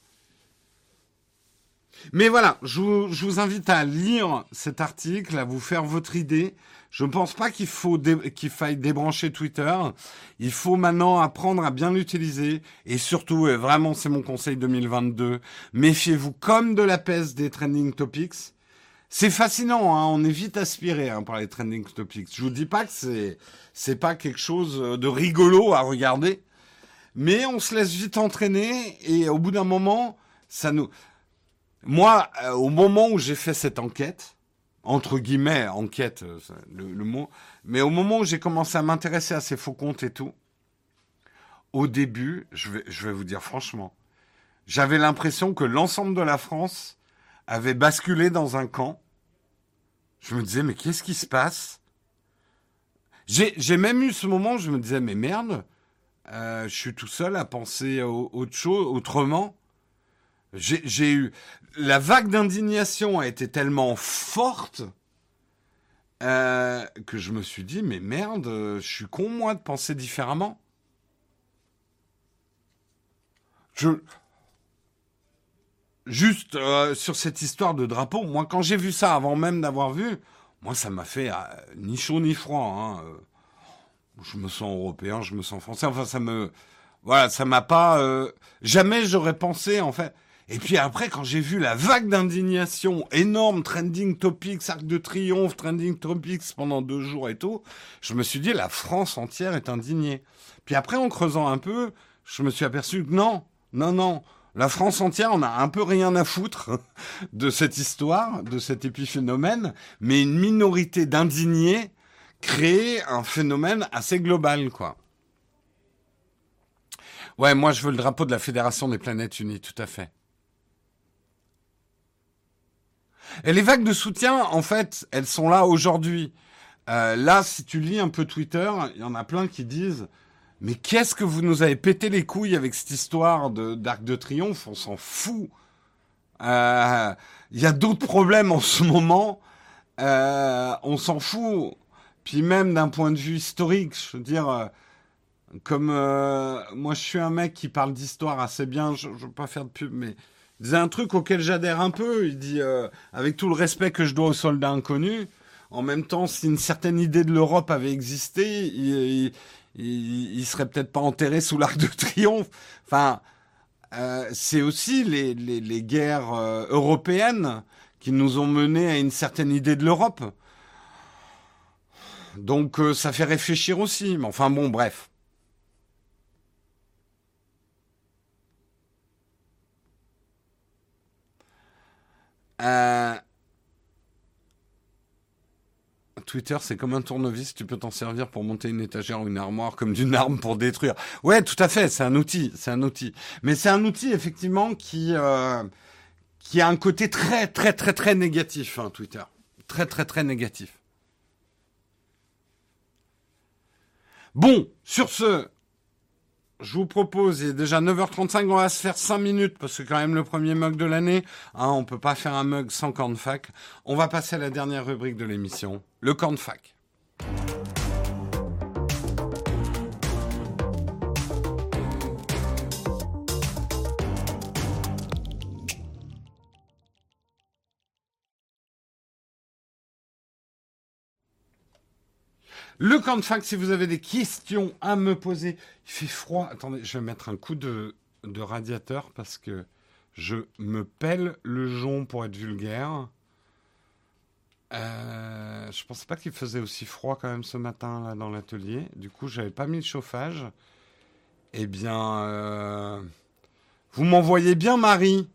Mais voilà, je vous, je vous invite à lire cet article, à vous faire votre idée. Je ne pense pas qu'il faut dé- qu'il faille débrancher Twitter. Il faut maintenant apprendre à bien l'utiliser. Et surtout, et vraiment c'est mon conseil deux mille vingt-deux, méfiez-vous comme de la peste des trending topics. C'est fascinant, hein, on est vite aspiré hein, par les trending topics. Je vous dis pas que c'est c'est pas quelque chose de rigolo à regarder, mais on se laisse vite entraîner et au bout d'un moment, ça nous... Moi, euh, au moment où j'ai fait cette enquête, entre guillemets, enquête, euh, le, le mot, mais au moment où j'ai commencé à m'intéresser à ces faux comptes et tout, au début, je vais, je vais vous dire franchement, j'avais l'impression que l'ensemble de la France avait basculé dans un camp. Je me disais, mais qu'est-ce qui se passe? J'ai, j'ai même eu ce moment où je me disais, mais merde, euh, je suis tout seul à penser au- autre chose, autrement. J'ai, j'ai eu... La vague d'indignation a été tellement forte euh, que je me suis dit, mais merde, je suis con, moi, de penser différemment. Je... Juste euh, sur cette histoire de drapeau, moi, quand j'ai vu ça, avant même d'avoir vu, moi, ça m'a fait euh, ni chaud ni froid. Hein. Euh, Je me sens européen, je me sens français. Enfin, ça me... Voilà, ça m'a pas... euh, Jamais j'aurais pensé, en fait... Et puis après, quand j'ai vu la vague d'indignation, énorme, trending topics, Arc de Triomphe, trending topics pendant deux jours et tout, je me suis dit, la France entière est indignée. Puis après, en creusant un peu, je me suis aperçu que non, non, non, la France entière, on a un peu rien à foutre de cette histoire, de cet épiphénomène, mais une minorité d'indignés crée un phénomène assez global, quoi. Ouais, moi, je veux le drapeau de la Fédération des Planètes Unies, tout à fait. Et les vagues de soutien, en fait, elles sont là aujourd'hui. Euh, là, si tu lis un peu Twitter, il y en a plein qui disent « Mais qu'est-ce que vous nous avez pété les couilles avec cette histoire de, d'Arc de Triomphe? On s'en fout. Euh, Il y a d'autres problèmes en ce moment. Euh, on s'en fout. Puis même d'un point de vue historique, je veux dire... euh, Comme euh, moi, je suis un mec qui parle d'histoire assez bien. Je, je veux pas faire de pub, mais il disait un truc auquel j'adhère un peu. Il dit, euh, avec tout le respect que je dois aux soldats inconnus, en même temps, si une certaine idée de l'Europe avait existé, il, il, il, il serait peut-être pas enterré sous l'Arc de Triomphe. Enfin, euh, c'est aussi les, les, les guerres euh, européennes qui nous ont menés à une certaine idée de l'Europe. Donc euh, ça fait réfléchir aussi. Mais enfin bon, bref. Euh, Twitter, c'est comme un tournevis, tu peux t'en servir pour monter une étagère ou une armoire comme d'une arme pour détruire. Ouais, tout à fait, c'est un outil, c'est un outil. Mais c'est un outil effectivement qui euh, qui a un côté très très très très négatif, hein, Twitter. Très très très négatif. Bon, sur ce, je vous propose, il est déjà neuf heures trente-cinq, on va se faire cinq minutes, parce que c'est quand même le premier mug de l'année. Hein, on peut pas faire un mug sans cornfac. On va passer à la dernière rubrique de l'émission, le cornfac. Le cornfac, si vous avez des questions à me poser. Il fait froid. Attendez, je vais mettre un coup de, de radiateur parce que je me pèle le jonc pour être vulgaire. Euh, je pensais pas qu'il faisait aussi froid quand même ce matin là dans l'atelier. Du coup, j'avais pas mis le chauffage. Eh bien, euh, vous m'envoyez bien, Marie.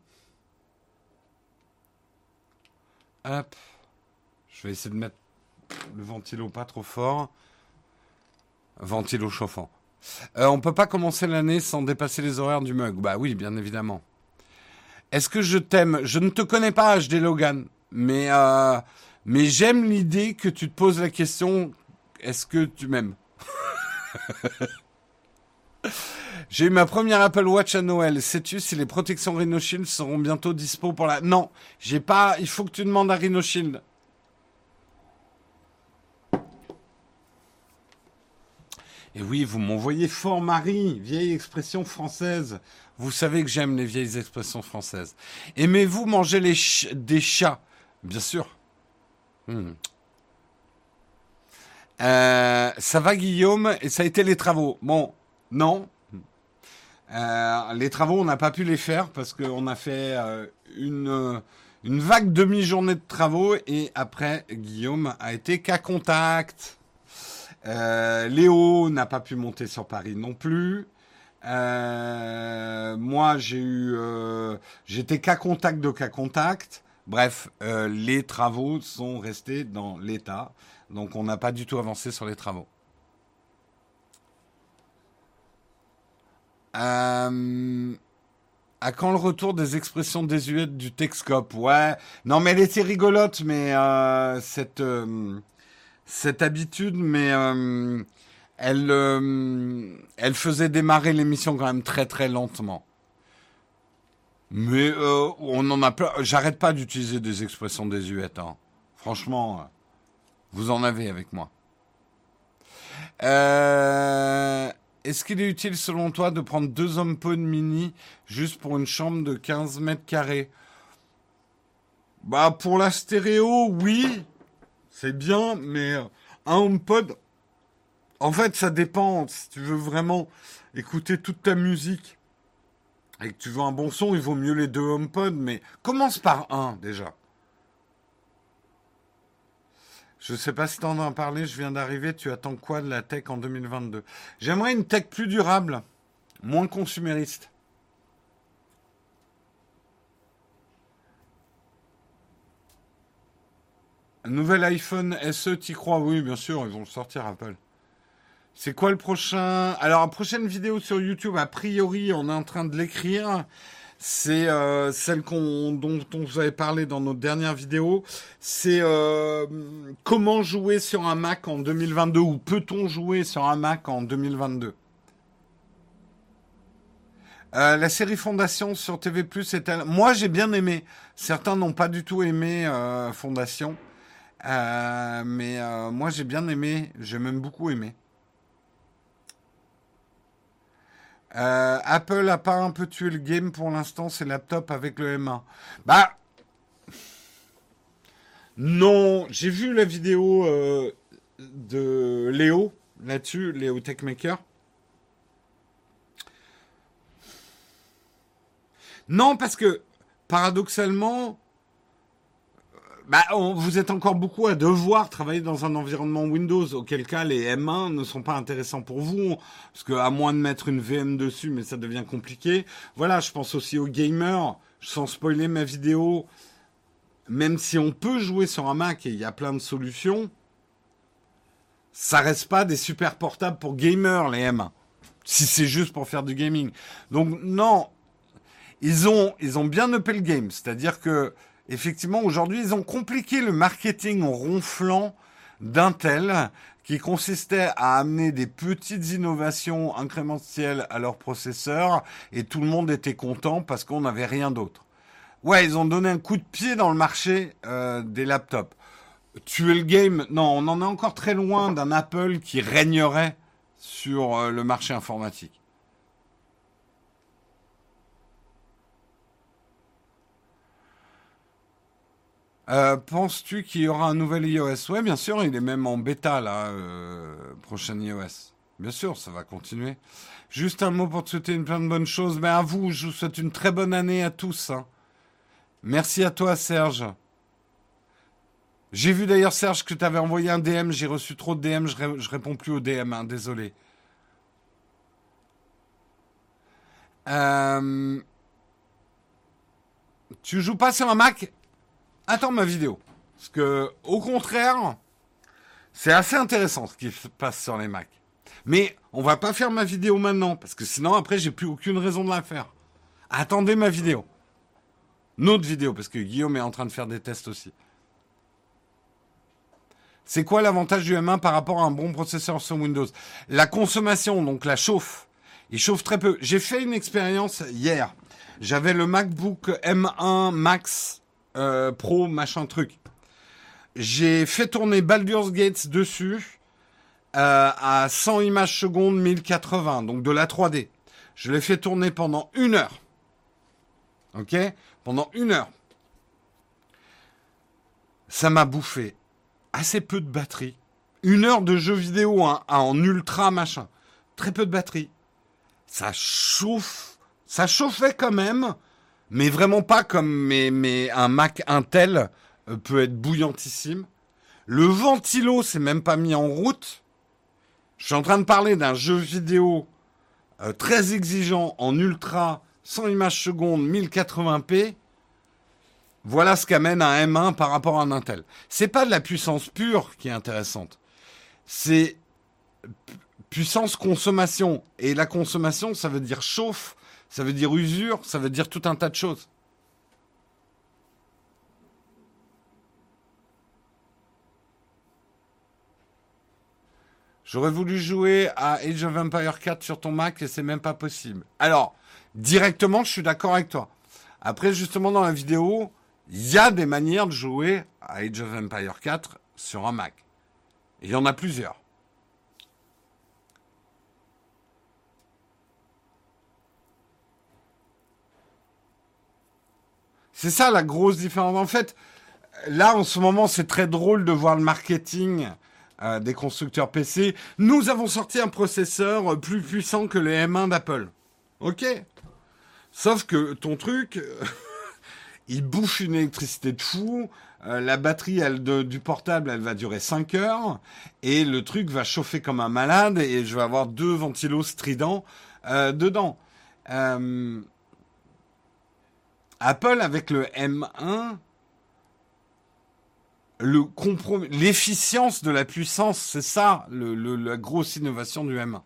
Hop. Je vais essayer de mettre le ventilo pas trop fort. Ventilo chauffant. Euh, on peut pas commencer l'année sans dépasser les horaires du mug. Bah oui, bien évidemment. Est-ce que je t'aime? Je ne te connais pas, H D Logan, mais euh, mais j'aime l'idée que tu te poses la question, est-ce que tu m'aimes? J'ai eu ma première Apple Watch à Noël. Sais-tu si les protections Rhino Shield seront bientôt dispo pour la... Non, j'ai pas... Il faut que tu demandes à Rhino Shield. Et oui, vous m'envoyez fort Marie, vieille expression française. Vous savez que j'aime les vieilles expressions françaises. Aimez-vous manger les ch- des chats? Bien sûr. Hmm. Euh, ça va Guillaume? Et ça a été les travaux. Bon, non. Euh, les travaux, on n'a pas pu les faire parce qu'on a fait euh, une, une vague demi-journée de travaux et après, Guillaume a été cas contact. Euh, Léo n'a pas pu monter sur Paris non plus. Euh, moi, j'ai eu, euh, j'étais cas contact de cas contact. Bref, euh, les travaux sont restés dans l'état, donc on n'a pas du tout avancé sur les travaux. Euh, à quand le retour des expressions désuètes du Texcope? Ouais, non mais elle était rigolote, mais euh, cette euh, cette habitude, mais euh, elle, euh, elle faisait démarrer l'émission quand même très très lentement. Mais euh, on en a plein. J'arrête pas d'utiliser des expressions désuètes. Hein. Franchement, euh, vous en avez avec moi. Euh, Est-ce qu'il est utile selon toi de prendre deux HomePod mini juste pour une chambre de quinze mètres carrés? Bah pour la stéréo, oui, c'est bien, mais euh, un HomePod, en fait, ça dépend. Si tu veux vraiment écouter toute ta musique et que tu veux un bon son, il vaut mieux les deux HomePod, mais commence par un déjà. Je sais pas si t'en as parlé, je viens d'arriver, tu attends quoi de la tech en deux mille vingt-deux? J'aimerais une tech plus durable, moins consumériste. Un nouvel iPhone S E, t'y crois? Oui, bien sûr, ils vont le sortir, Apple. C'est quoi le prochain? Alors, la prochaine vidéo sur YouTube, a priori, on est en train de l'écrire. C'est euh, celle qu'on, dont on vous avait parlé dans notre dernière vidéo. C'est euh, comment jouer sur un Mac en deux mille vingt-deux ou peut-on jouer sur un Mac en deux mille vingt-deux? Euh, la série Fondation sur T V plus, est elle... Moi, j'ai bien aimé. Certains n'ont pas du tout aimé euh, Fondation. Euh, mais euh, moi, j'ai bien aimé. J'ai même beaucoup aimé. Euh, Apple a pas un peu tué le game pour l'instant, c'est laptop avec le M un. Bah, non, j'ai vu la vidéo euh, de Léo, là-dessus, Léo Techmaker? Non, parce que, paradoxalement, bah, on, vous êtes encore beaucoup à devoir travailler dans un environnement Windows, auquel cas les M un ne sont pas intéressants pour vous, parce que à moins de mettre une V M dessus, mais ça devient compliqué. Voilà, je pense aussi aux gamers, sans spoiler ma vidéo, même si on peut jouer sur un Mac et il y a plein de solutions, ça reste pas des super portables pour gamers, les M un, si c'est juste pour faire du gaming. Donc non, ils ont, ils ont bien uppé le game, c'est-à-dire que effectivement, aujourd'hui, ils ont compliqué le marketing en ronflant d'Intel, qui consistait à amener des petites innovations incrémentielles à leurs processeurs, et tout le monde était content parce qu'on n'avait rien d'autre. Ouais, ils ont donné un coup de pied dans le marché euh, des laptops. Tuer le game, non, on en est encore très loin d'un Apple qui régnerait sur euh, le marché informatique. Euh, penses-tu qu'il y aura un nouvel iOS? Ouais, bien sûr, il est même en bêta, là, euh, prochain iOS. Bien sûr, ça va continuer. Juste un mot pour te souhaiter une plein de bonnes choses. Mais à vous, je vous souhaite une très bonne année à tous. Hein. Merci à toi, Serge. J'ai vu d'ailleurs, Serge, que tu avais envoyé un D M. J'ai reçu trop de D M, je, ré- je réponds plus aux D M, hein, désolé. Euh, tu joues pas sur un Mac? Attends ma vidéo. Parce que, au contraire, c'est assez intéressant ce qui se passe sur les Macs. Mais on va pas faire ma vidéo maintenant, parce que sinon après j'ai plus aucune raison de la faire. Attendez ma vidéo. Notre vidéo, parce que Guillaume est en train de faire des tests aussi. C'est quoi l'avantage du M un par rapport à un bon processeur sur Windows? La consommation, donc la chauffe. Il chauffe très peu. J'ai fait une expérience hier. J'avais le MacBook M un Max euh, Pro, machin truc. J'ai fait tourner Baldur's Gate dessus euh, à cent images secondes, mille quatre-vingts, donc de la trois D. Je l'ai fait tourner pendant une heure. Ok? Pendant une heure. Ça m'a bouffé assez peu de batterie. Une heure de jeu vidéo hein, en ultra machin. Très peu de batterie. Ça chauffe. Ça chauffait quand même, mais vraiment pas comme mes, mes, un Mac Intel euh, peut être bouillantissime. Le ventilo s'est même pas mis en route. Je suis en train de parler d'un jeu vidéo euh, très exigeant en ultra, cent images secondes, mille quatre-vingts p. Voilà ce qu'amène un M un par rapport à un Intel. C'est pas de la puissance pure qui est intéressante. C'est pu- puissance consommation. Et la consommation, ça veut dire chauffe, ça veut dire usure, ça veut dire tout un tas de choses. J'aurais voulu jouer à Age of Empires quatre sur ton Mac et c'est même pas possible. Alors, directement, je suis d'accord avec toi. Après, justement, dans la vidéo, il y a des manières de jouer à Age of Empires quatre sur un Mac. Et il y en a plusieurs. C'est ça la grosse différence. En fait, là, en ce moment, c'est très drôle de voir le marketing euh, des constructeurs P C. Nous avons sorti un processeur plus puissant que les M un d'Apple. Ok. Sauf que ton truc, il bouffe une électricité de fou. Euh, la batterie elle, de- du portable, elle va durer cinq heures. Et le truc va chauffer comme un malade. Et je vais avoir deux ventilos stridents euh, dedans. Euh, Apple, avec le M un, le comprom- l'efficience de la puissance, c'est ça le, le- la grosse innovation du M un.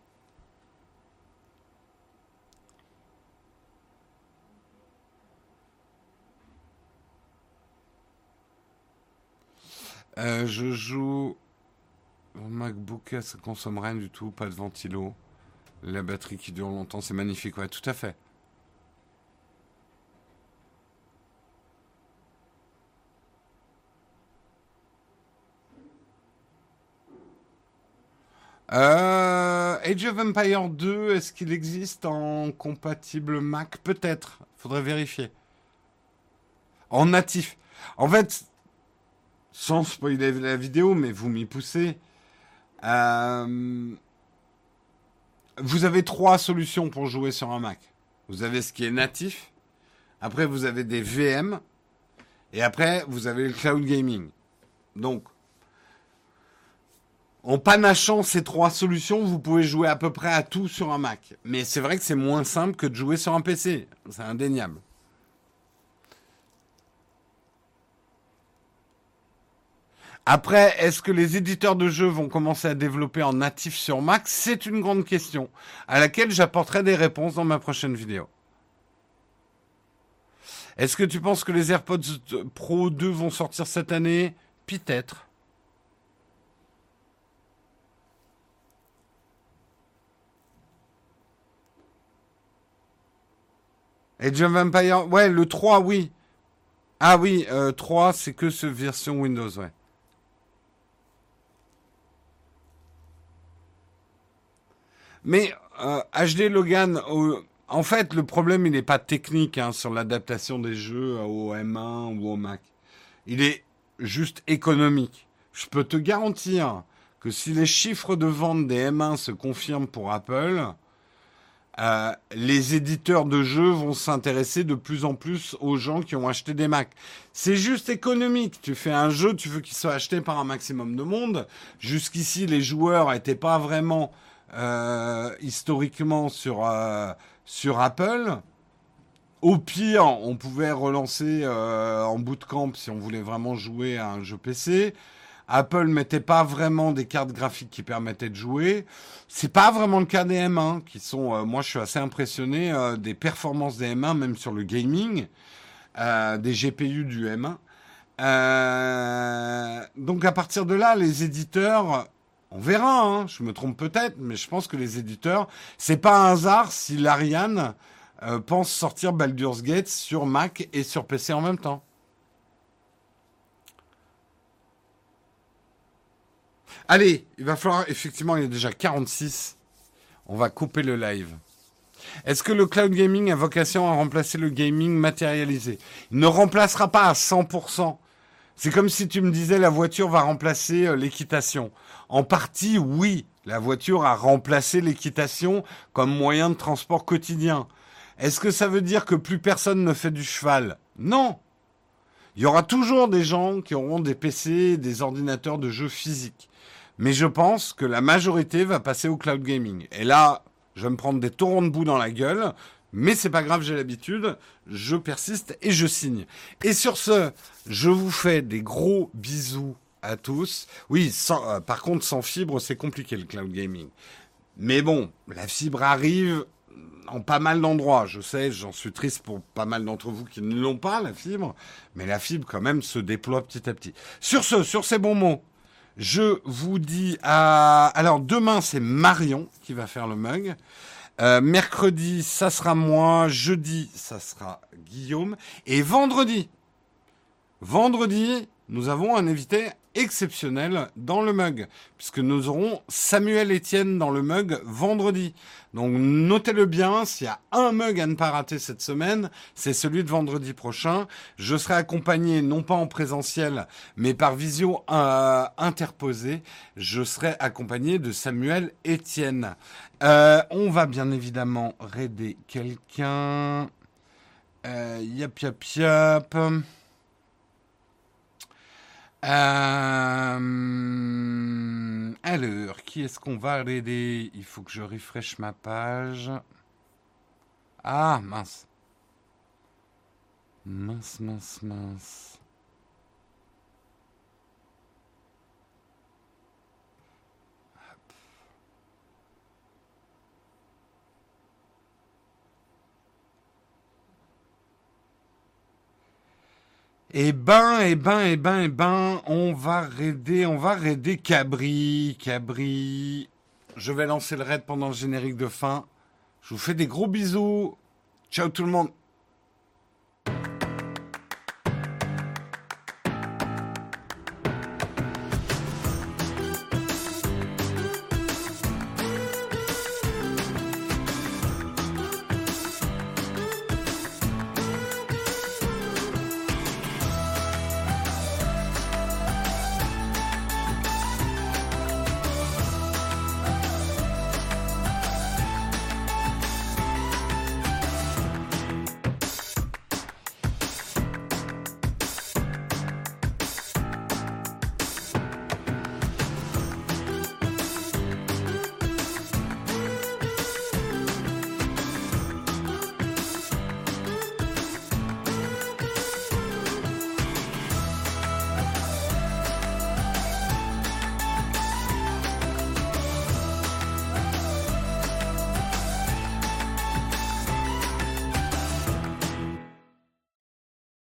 Euh, je joue au MacBook, ça consomme rien du tout, pas de ventilo. La batterie qui dure longtemps, c'est magnifique, ouais, tout à fait. Euh, Age of Empire deux, est-ce qu'il existe en compatible Mac? Peut-être, faudrait vérifier. En natif. En fait, sans spoiler la vidéo, mais vous m'y poussez. Euh, vous avez trois solutions pour jouer sur un Mac. Vous avez ce qui est natif. Après, vous avez des V M. Et après, vous avez le cloud gaming. Donc, en panachant ces trois solutions, vous pouvez jouer à peu près à tout sur un Mac. Mais c'est vrai que c'est moins simple que de jouer sur un P C. C'est indéniable. Après, est-ce que les éditeurs de jeux vont commencer à développer en natif sur Mac? C'est une grande question, à laquelle j'apporterai des réponses dans ma prochaine vidéo. Est-ce que tu penses que les AirPods Pro deux vont sortir cette année? Peut-être. Age of Empire, ouais, le trois, oui. Ah oui, euh, trois, c'est que ce version Windows, ouais. Mais euh, H D Logan, euh, en fait, le problème, il n'est pas technique hein, sur l'adaptation des jeux au M un ou au Mac. Il est juste économique. Je peux te garantir que si les chiffres de vente des M un se confirment pour Apple, euh, les éditeurs de jeux vont s'intéresser de plus en plus aux gens qui ont acheté des Macs. C'est juste économique. Tu fais un jeu, tu veux qu'il soit acheté par un maximum de monde. Jusqu'ici, les joueurs n'étaient pas vraiment euh, historiquement sur, euh, sur Apple. Au pire, on pouvait relancer euh, en bootcamp si on voulait vraiment jouer à un jeu P C. Apple mettait pas vraiment des cartes graphiques qui permettaient de jouer. C'est pas vraiment le cas des M un, qui sont, euh, moi je suis assez impressionné euh, des performances des M un, même sur le gaming, euh, des G P U du M un. Euh, donc à partir de là, les éditeurs, on verra, hein, je me trompe peut-être, mais je pense que les éditeurs, c'est pas un hasard si l'Ariane euh, pense sortir Baldur's Gate sur Mac et sur P C en même temps. Allez, il va falloir, effectivement, il y a déjà quarante-six. On va couper le live. Est-ce que le cloud gaming a vocation à remplacer le gaming matérialisé? Il ne remplacera pas à cent pour cent. C'est comme si tu me disais la voiture va remplacer euh, l'équitation. En partie, oui, la voiture a remplacé l'équitation comme moyen de transport quotidien. Est-ce que ça veut dire que plus personne ne fait du cheval? Non. Il y aura toujours des gens qui auront des P C, des ordinateurs de jeux physiques. Mais je pense que la majorité va passer au cloud gaming. Et là, je vais me prendre des torrents de boue dans la gueule. Mais c'est pas grave, j'ai l'habitude. Je persiste et je signe. Et sur ce, je vous fais des gros bisous à tous. Oui, sans, euh, par contre, sans fibre, c'est compliqué le cloud gaming. Mais bon, la fibre arrive en pas mal d'endroits. Je sais, j'en suis triste pour pas mal d'entre vous qui ne l'ont pas, la fibre. Mais la fibre, quand même, se déploie petit à petit. Sur ce, sur ces bons mots, je vous dis à... Alors, demain, c'est Marion qui va faire le mug. Euh, mercredi, ça sera moi. Jeudi, ça sera Guillaume. Et vendredi, vendredi, nous avons un invité exceptionnel dans le mug, puisque nous aurons Samuel Etienne dans le mug vendredi. Donc notez-le bien, s'il y a un mug à ne pas rater cette semaine, c'est celui de vendredi prochain. Je serai accompagné, non pas en présentiel, mais par visio euh, interposée. Je serai accompagné de Samuel Etienne. Euh, on va bien évidemment raider quelqu'un. Euh, yap, yap, yap. Euh, alors, qui est-ce qu'on va aider? Il faut que je refresh ma page. Ah, mince. Mince, mince, mince. Eh ben, eh ben, eh ben, eh ben, on va raider, on va raider Cabri, Cabri. Je vais lancer le raid pendant le générique de fin. Je vous fais des gros bisous. Ciao tout le monde.